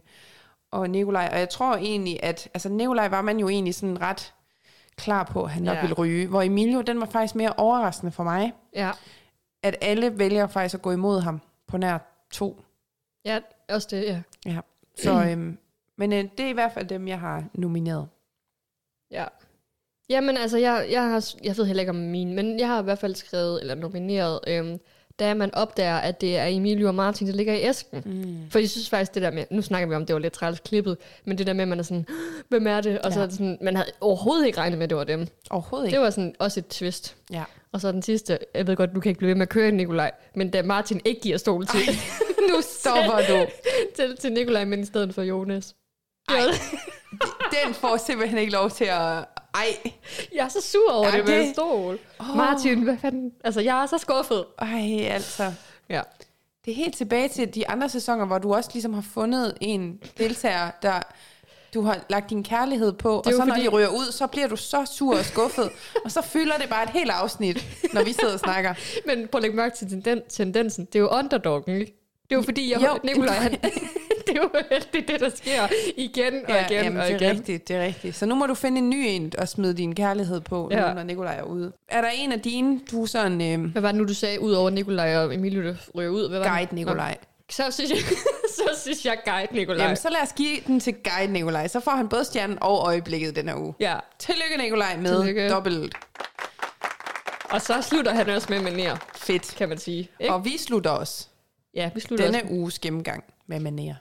og Nikolaj. Og jeg tror egentlig, at altså Nikolaj var man jo egentlig sådan ret klar på, at han nok ville ryge. Hvor Emilio, den var faktisk mere overraskende for mig. Ja. At alle vælger faktisk at gå imod ham på nær 2. Ja, også det, ja. Så, men det er i hvert fald dem, jeg har nomineret. Ja. Jamen altså, jeg ved heller ikke om min, men jeg har i hvert fald skrevet, eller nomineret, da man opdager, at det er Emilio og Martin, der ligger i æsken. For jeg synes faktisk, det der med, nu snakker vi om, det var lidt træls klippet, men det der med, at man er sådan, hvem er det? Og så er det sådan, man havde overhovedet ikke regnet med, at det var dem. Overhovedet ikke. Det var sådan også et twist. Ja. Og så den sidste, jeg ved godt, du kan ikke blive ved med at køre, Nikolaj, men da Martin ikke giver stol til, nu stopper du. til Nikolaj, men i stedet for Jonas. Den får simpelthen ikke lov til Ej. Jeg er så sur over det med en stol. Martin, hvad fanden? Altså, jeg er så skuffet. Ej, altså. Ja. Det er helt tilbage til de andre sæsoner, hvor du også ligesom har fundet en deltager, der du har lagt din kærlighed på, og så fordi... når de ryger ud, så bliver du så sur og skuffet, og så fylder det bare et helt afsnit, når vi sidder og snakker. Men prøv at lægge mærke til tendensen. Det er jo underdoggen, ikke? Det er jo fordi, Nikolaj, han... det er jo det, der sker igen og igen og igen. Det er rigtigt. Så nu må du finde en ny en og smide din kærlighed på, nu, når Nikolaj er ude. Er der en af dine, du sådan... Hvad var det nu, du sagde, ud over Nikolaj og Emilie, der ryger ud? Hvad var Guide Nikolaj. Så synes jeg Guide Nikolaj. Jamen, så lad os give den til Guide Nikolaj. Så får han både stjernen og øjeblikket den her uge. Ja. Tillykke Nikolaj med dobbelt. Og så slutter han også med manér. Fedt. Kan man sige. Ikke? Og vi slutter også. Ja, vi slutter denne uges gennemgang med manér.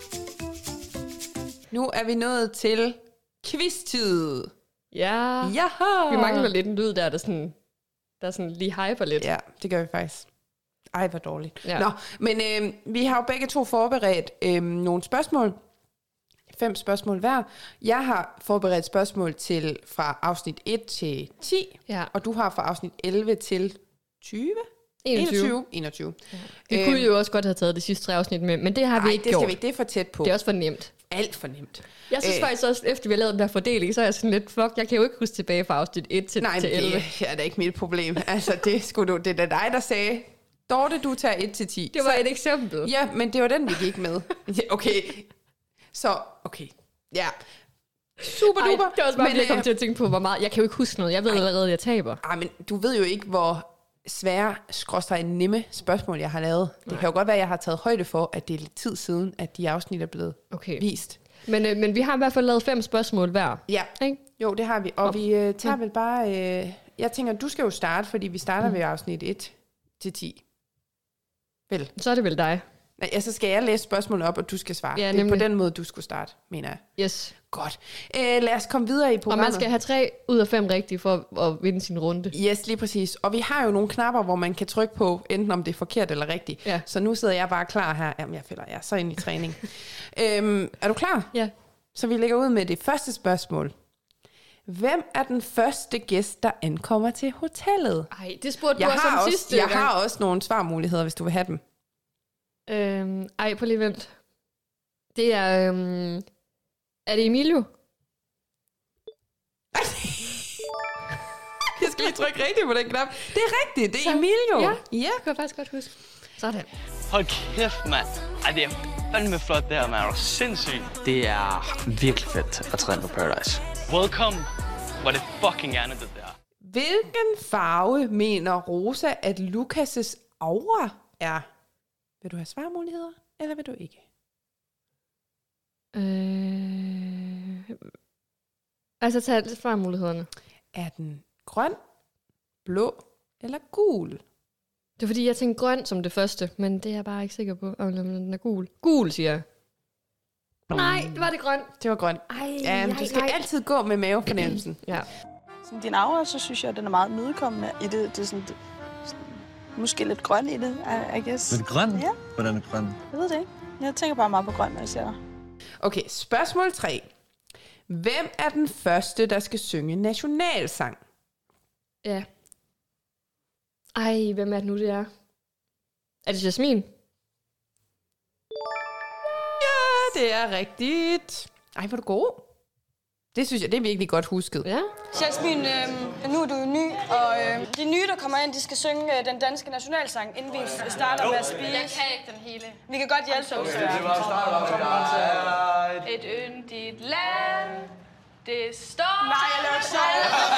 Nu er vi nået til quiz-tid. Ja. Jaha. Vi mangler lidt en lyd der sådan lige hyper lidt. Ja, det gør vi faktisk. Ej, hvor dårligt. Ja. Nå, men vi har jo begge to forberedt nogle spørgsmål. 5 spørgsmål hver. Jeg har forberedt spørgsmål til fra afsnit 1 til 10, og du har fra afsnit 11 til 20? 21. Ja. Vi kunne jo også godt have taget de sidste 3 afsnit med, men det har vi ikke gjort. Det skal vi ikke. Det er for tæt på. Det er også for nemt. Alt for nemt. Jeg synes faktisk også, efter vi har lavet den der fordeling, så er jeg sådan lidt, jeg kan jo ikke huske tilbage fra afsnit 1 til 11. Nej, det er da ikke mit problem. Altså, det er da dig, der sagde, Dorte, du tager 1 til 10. Det var et eksempel. Ja, men det var den, vi gik med. Okay. Så, okay. Ja. Super duper. Det er også bare, jeg kom til at tænke på, hvor meget. Jeg kan jo ikke huske noget. Jeg ved allerede, at jeg taber. Ej, men du ved jo ikke, hvor svære, nemme spørgsmål, jeg har lavet. Det kan jo godt være, at jeg har taget højde for, at det er lidt tid siden, at de afsnit er blevet vist. Men vi har i hvert fald lavet 5 spørgsmål hver. Ja, ikke? Jo, det har vi. Og vi tager vel bare... jeg tænker, du skal jo starte, fordi vi starter ved afsnit 1 til 10. Vel? Så er det vel dig. Ja, så skal jeg læse spørgsmålet op, og du skal svare. Ja, det er på den måde, du skulle starte, mener jeg. Yes. Godt. Lad os komme videre i programmet. Og man skal have 3 ud af 5 rigtige for at vinde sin runde. Yes, lige præcis. Og vi har jo nogle knapper, hvor man kan trykke på, enten om det er forkert eller rigtigt. Ja. Så nu sidder jeg bare klar her. Jamen, jeg er så inde i træning. Er du klar? Ja. Så vi lægger ud med det første spørgsmål. Hvem er den første gæst, der ankommer til hotellet? Ej, det spurgte du også om sidste gang. Jeg har også nogle svarmuligheder, hvis du vil have dem. På lige vent. Det er... er det Emilio? Jeg skal lige trykke rigtigt på den knap. Det er rigtigt, det er Emilio. Ja, det kan jeg faktisk godt huske. Sådan. Hold kæft, mand. Ej, det er fandme flot det her, mand. Er du sindssygt? Det er virkelig fedt at træne på Paradise. Welcome. Hvor det fucking gerne det der. Hvilken farve mener Rosa, at Lukas' aura er? Vil du have svarmuligheder, eller vil du ikke? Altså, tag svarmulighederne. Er den grøn, blå eller gul? Det er fordi, jeg tænkte grøn som det første, men det er jeg bare ikke sikker på, om den er gul. Gul, siger jeg. Nej, det var det grøn. Det var grøn. Du skal altid gå med mavefornemmelsen. Ja. Sådan, din aura, så synes jeg, at den er meget nødkommende i det. Det er sådan, måske lidt grøn i det, I guess. Lidt grøn? Ja. Hvordan er grøn? Jeg ved det ikke. Jeg tænker bare meget på grøn, når jeg ser dig. Okay, spørgsmål 3. Hvem er den første, der skal synge nationalsang? Ja. Ej, hvem er det nu, det er? Er det Jasmin? Ja, det er rigtigt. Ej, hvor er du god. Det synes jeg, det er virkelig godt husket. Ja. Jasmin, nu er du ny, og de nye, der kommer ind, de skal synge den danske nationalsang, inden vi starter med at spise. Jeg kan ikke den hele. Vi kan godt hjælpe dig. Et yndigt land, det står... Nej, jeg laver sjov.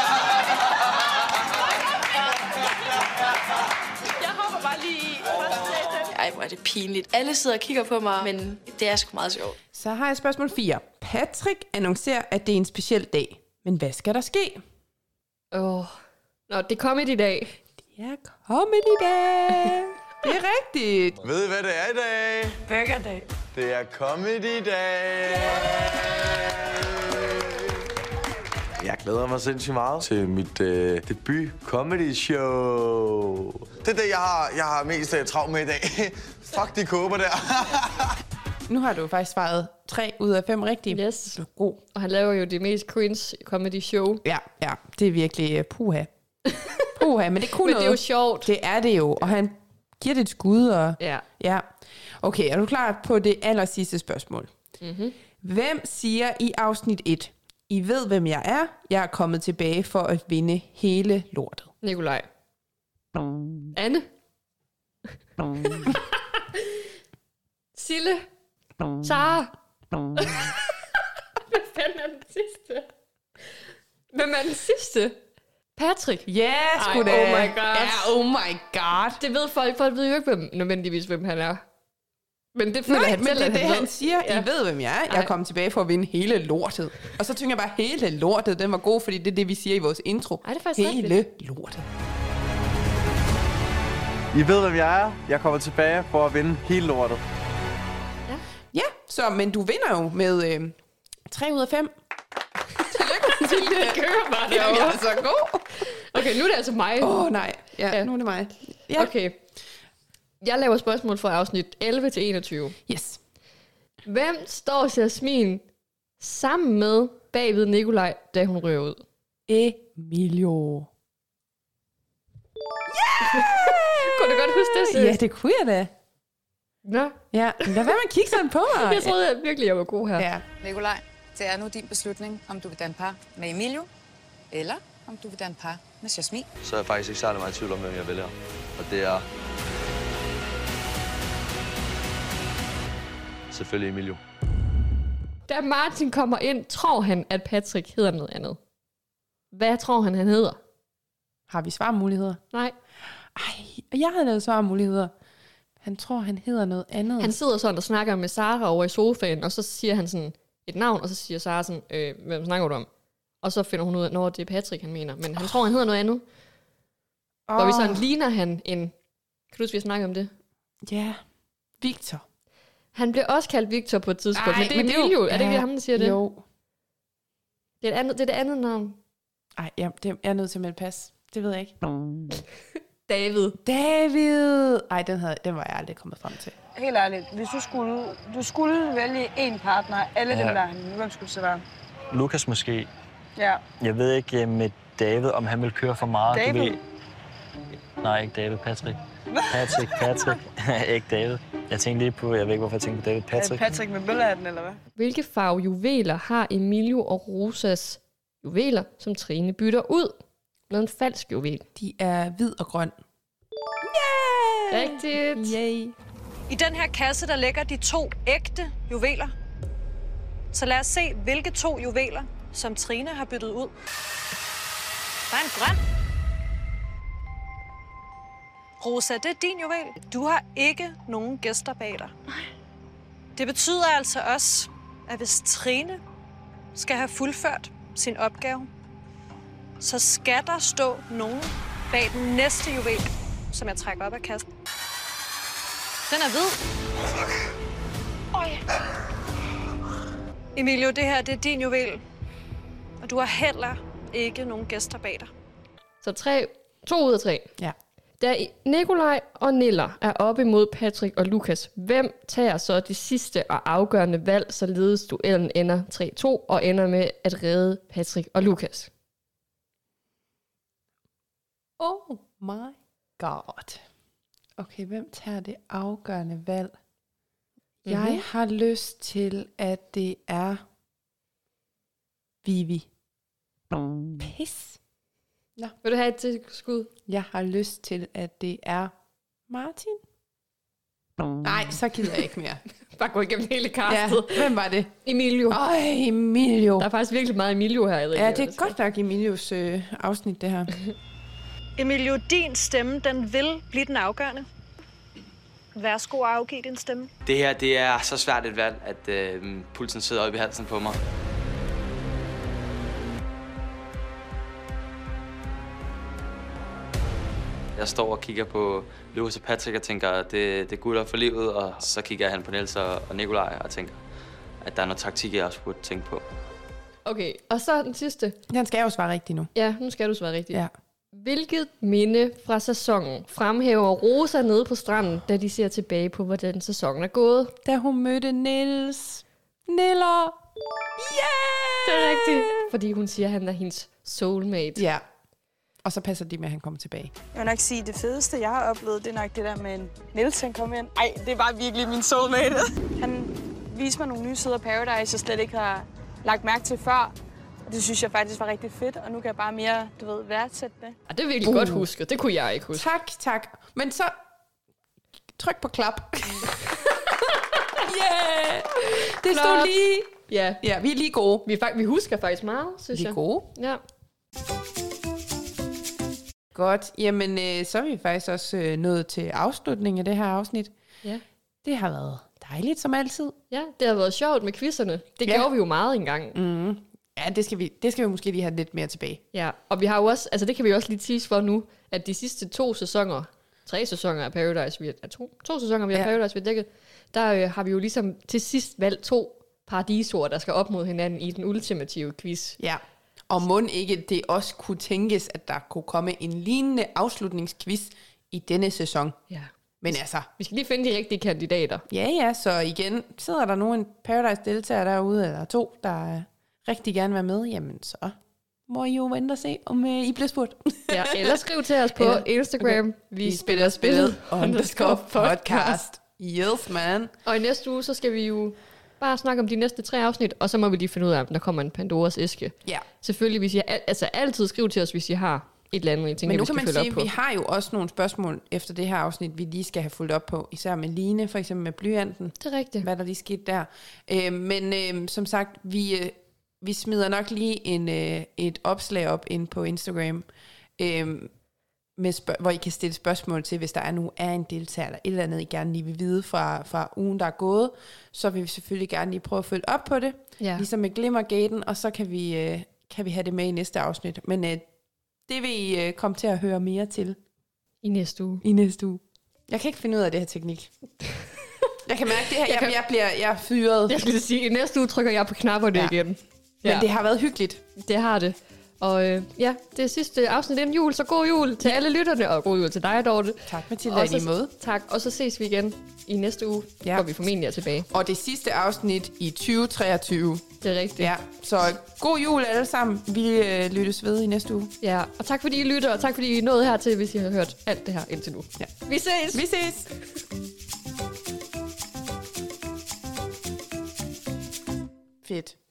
Jeg hopper bare lige i. Ej, hvor er det pinligt. Alle sidder og kigger på mig, men det er sgu meget sjovt. Så har jeg spørgsmål 4. Patrick annoncerer, at det er en speciel dag. Men hvad skal der ske? Nå, det er comedy dag. Det er comedy dag. Det er rigtigt. Ved I, hvad det er i dag? Burgerdag. Det er comedy dag. Jeg glæder mig sindssygt meget til mit debut comedy show. Det er det, jeg har mest travlt med i dag. Fuck de kåber der. Nu har du faktisk svaret 3 ud af 5 rigtige. Yes. Du er god. Og han laver jo det mest cringe comedy show. Ja, det er virkelig puha. Puha, men det kunne men noget. det er jo sjovt. Det er det jo, og han giver det et skud. Og, ja. Okay, er du klar på det aller sidste spørgsmål? Mm-hmm. Hvem siger i afsnit 1, I ved, hvem jeg er. Jeg er kommet tilbage for at vinde hele lortet. Nikolaj. Anne. Sille. Sara. Hvad fanden er den sidste? Hvem er den sidste? Patrick. Ja, sgu da. Oh my god. Ja, oh my god. Det ved folk. Folk ved jo ikke nødvendigvis, hvem han er. Men det føler han men selv, det er det, han ved. siger. Ja. I ved, hvem jeg er. Jeg er kommet tilbage for at vinde hele lortet. Og så tænker jeg bare, hele lortet, den var god, fordi det er det, vi siger i vores intro. Ej, det er faktisk hele rigtigt. Lortet. I ved, hvem jeg er. Jeg kommer tilbage for at vinde hele lortet. Ja, så, men du vinder jo med 3 ud af 5. Tillykke. Det kører bare det. Jamen, jeg er så god. Okay, nu er det altså mig. Nej. Ja, nu er det mig. Ja. Okay. Jeg laver spørgsmål fra afsnit 11 til 21. Yes. Hvem står Jasmin sammen med bagved Nikolaj, da hun rører ud? Emilio. Yeah! Kunne du godt huske det, Sis? Ja, det kunne jeg da. Nå. Ja, lad være med at kigge sådan på mig. Jeg troede virkelig, jeg var god her. Ja. Nikolaj, det er nu din beslutning, om du vil danne par med Emilio, eller om du vil danne par med Jasmin. Så er jeg faktisk ikke særlig meget i tvivl om, hvem jeg vælger. Og det er selvfølgelig Emilio. Da Martin kommer ind, tror han, at Patrick hedder noget andet. Hvad tror han hedder? Har vi svarmuligheder? Nej. Jeg havde lavet svarmuligheder. Han tror, han hedder noget andet. Han sidder sådan og snakker med Sara over i sofaen, og så siger han sådan et navn, og så siger Sara sådan, hvem snakker du om? Og så finder hun ud af, når det er Patrick, han mener. Men han tror, han hedder noget andet. Hvor vi sådan ligner han en... Kan du huske, vi har snakket om det? Ja, Victor. Han blev også kaldt Victor på et tidspunkt, men det er Emilio. Er det ikke ham, der siger det? Jo. Det er det andet navn. Ej, jeg er nødt til at melde pas. Det ved jeg ikke. David. Ej, den var jeg aldrig kommet frem til. Helt ærligt, hvis du skulle vælge en partner, alle dem der, hvem skulle det så være? Lukas måske. Ja. Jeg ved ikke med David, om han vil køre for meget. David? Du ved... Nej, ikke David. Patrick. Patrick. Ikke David. Jeg tænkte lige på, jeg ved ikke, hvorfor jeg tænkte på David. Patrick. Patrick med bøllehatten, eller hvad? Hvilke farve juveler har Emilio og Rosas juveler, som Trine bytter ud med en falsk juvel? De er hvid og grøn. Yeah! Rigtigt. Yay. I den her kasse, der ligger de 2 ægte juveler. Så lad os se, hvilke 2 juveler, som Trine har byttet ud. Der er en grøn. Rosa, det er din juvel. Du har ikke nogen gæster bag dig. Det betyder altså også, at hvis Trine skal have fuldført sin opgave, så skal der stå nogen bag den næste juvel, som jeg trækker op af kassen. Den er hvid. Emilio, det her, det er din juvel. Og du har heller ikke nogen gæster bag dig. Så 2 ud af 3. Ja. Da Nikolaj og Niller er op imod Patrick og Lukas, hvem tager så det sidste og afgørende valg, således duellen ender 3-2 og ender med at redde Patrick og Lukas? Oh my god. Okay, hvem tager det afgørende valg? Mm-hmm. Jeg har lyst til, at det er Vivi. Pis. Nå. Vil du have et tilskud? Jeg har lyst til, at det er Martin. Nej, så gider jeg ikke mere. Bare gå igennem hele castet. Ja, hvem var det? Emilio. Emilio. Der er faktisk virkelig meget Emilio her. Ja, det er godt nok Emilios afsnit, det her. Emilio, din stemme, den vil blive den afgørende. Værsgo at afgive din stemme. Det her, det er så svært et valg, at pulsen sidder oppe i halsen på mig. Jeg står og kigger på Lukas og Patrick og tænker, det er gutter for livet, og så kigger jeg hen på Niels og Nikolaj og tænker, at der er noget taktik, jeg også burde tænke på. Okay, og så den sidste. Den skal jeg jo svare rigtigt nu. Ja, nu skal du svare rigtigt. Ja. Hvilket minde fra sæsonen fremhæver Rosa nede på stranden, da de ser tilbage på, hvordan sæsonen er gået? Da hun mødte Niels. Niller! Det er rigtigt. Fordi hun siger, at han er hendes soulmate. Ja. Og så passer de med, at han kommer tilbage. Jeg vil nok sige, at det fedeste, jeg har oplevet, det er nok det der med en Niels, han kom ind. Ej, det var virkelig min soulmate. Han viste mig nogle nye sider af Paradise, jeg slet ikke har lagt mærke til før. Og det synes jeg faktisk var rigtig fedt, og nu kan jeg bare mere, værdsætte det. Og det er virkelig godt husket. Det kunne jeg ikke huske. Tak. Men så tryk på klap. Yeah! Det stod lige. Ja, vi er lige gode. Vi husker faktisk meget, synes jeg. Vi er gode. Ja. Godt. Jamen, så er vi faktisk også nået til afslutningen af det her afsnit. Ja. Det har været dejligt, som altid. Ja, det har været sjovt med quizzerne. Det gjorde vi jo meget engang. Mm. Ja, det skal vi måske lige have lidt mere tilbage. Ja, og vi har jo også, altså det kan vi også lige tease for nu, at de sidste 3 sæsoner af Paradise, to sæsoner af Paradise, vi har dækket, der har vi jo ligesom til sidst valgt 2 paradisord, der skal op mod hinanden i den ultimative quiz. Ja, og mon ikke det også kunne tænkes, at der kunne komme en lignende afslutningsquiz i denne sæson. Ja. Men altså... Vi skal lige finde de rigtige kandidater. Ja, så igen, sidder der nu en Paradise-deltager derude, eller 2, der rigtig gerne vil være med, jamen så må I jo vente og se, om I bliver spurgt. Ja, eller skriv til os på Instagram. Okay. Vi spiller spillet _podcast. Yes, man. Og i næste uge, så skal vi jo bare snakke om de næste 3 afsnit, og så må vi lige finde ud af, om der kommer en Pandoras æske. Ja. Selvfølgelig, hvis I altid skriv til os, hvis I har et eller andet, I tænker, men nu vi skal kan man følge sige, op på. Vi har jo også nogle spørgsmål efter det her afsnit, vi lige skal have fulgt op på. Især med Line, for eksempel med blyanten. Det er rigtigt. Hvad der lige skete der. Men som sagt, vi smider nok lige et opslag op ind på Instagram, hvor I kan stille spørgsmål til, hvis der er en deltager eller et eller andet, I gerne lige vil vide fra ugen, der er gået. Så vil vi selvfølgelig gerne lige prøve at følge op på det. Ja. Ligesom med Glimmergaten, og så kan vi have det med i næste afsnit. Men det vil I komme til at høre mere til. I næste uge. Jeg kan ikke finde ud af det her teknik. Jeg kan mærke det her, jeg er fyret. Jeg skulle sige, i næste uge trykker jeg på knapperne igen. Ja. Men det har været hyggeligt. Det har det. Og det er sidste afsnit inden jul, så god jul til alle lytterne, og god jul til dig, Dorte. Tak, Mathilde, i lige måde. Tak, og så ses vi igen i næste uge, hvor vi formentlig er tilbage. Og det sidste afsnit i 2023. Det er rigtigt. Ja, så god jul alle sammen. Vi lyttes ved i næste uge. Ja, og tak fordi I lytter, og tak fordi I nåede hertil, hvis I har hørt alt det her indtil nu. Ja. Vi ses! Fedt.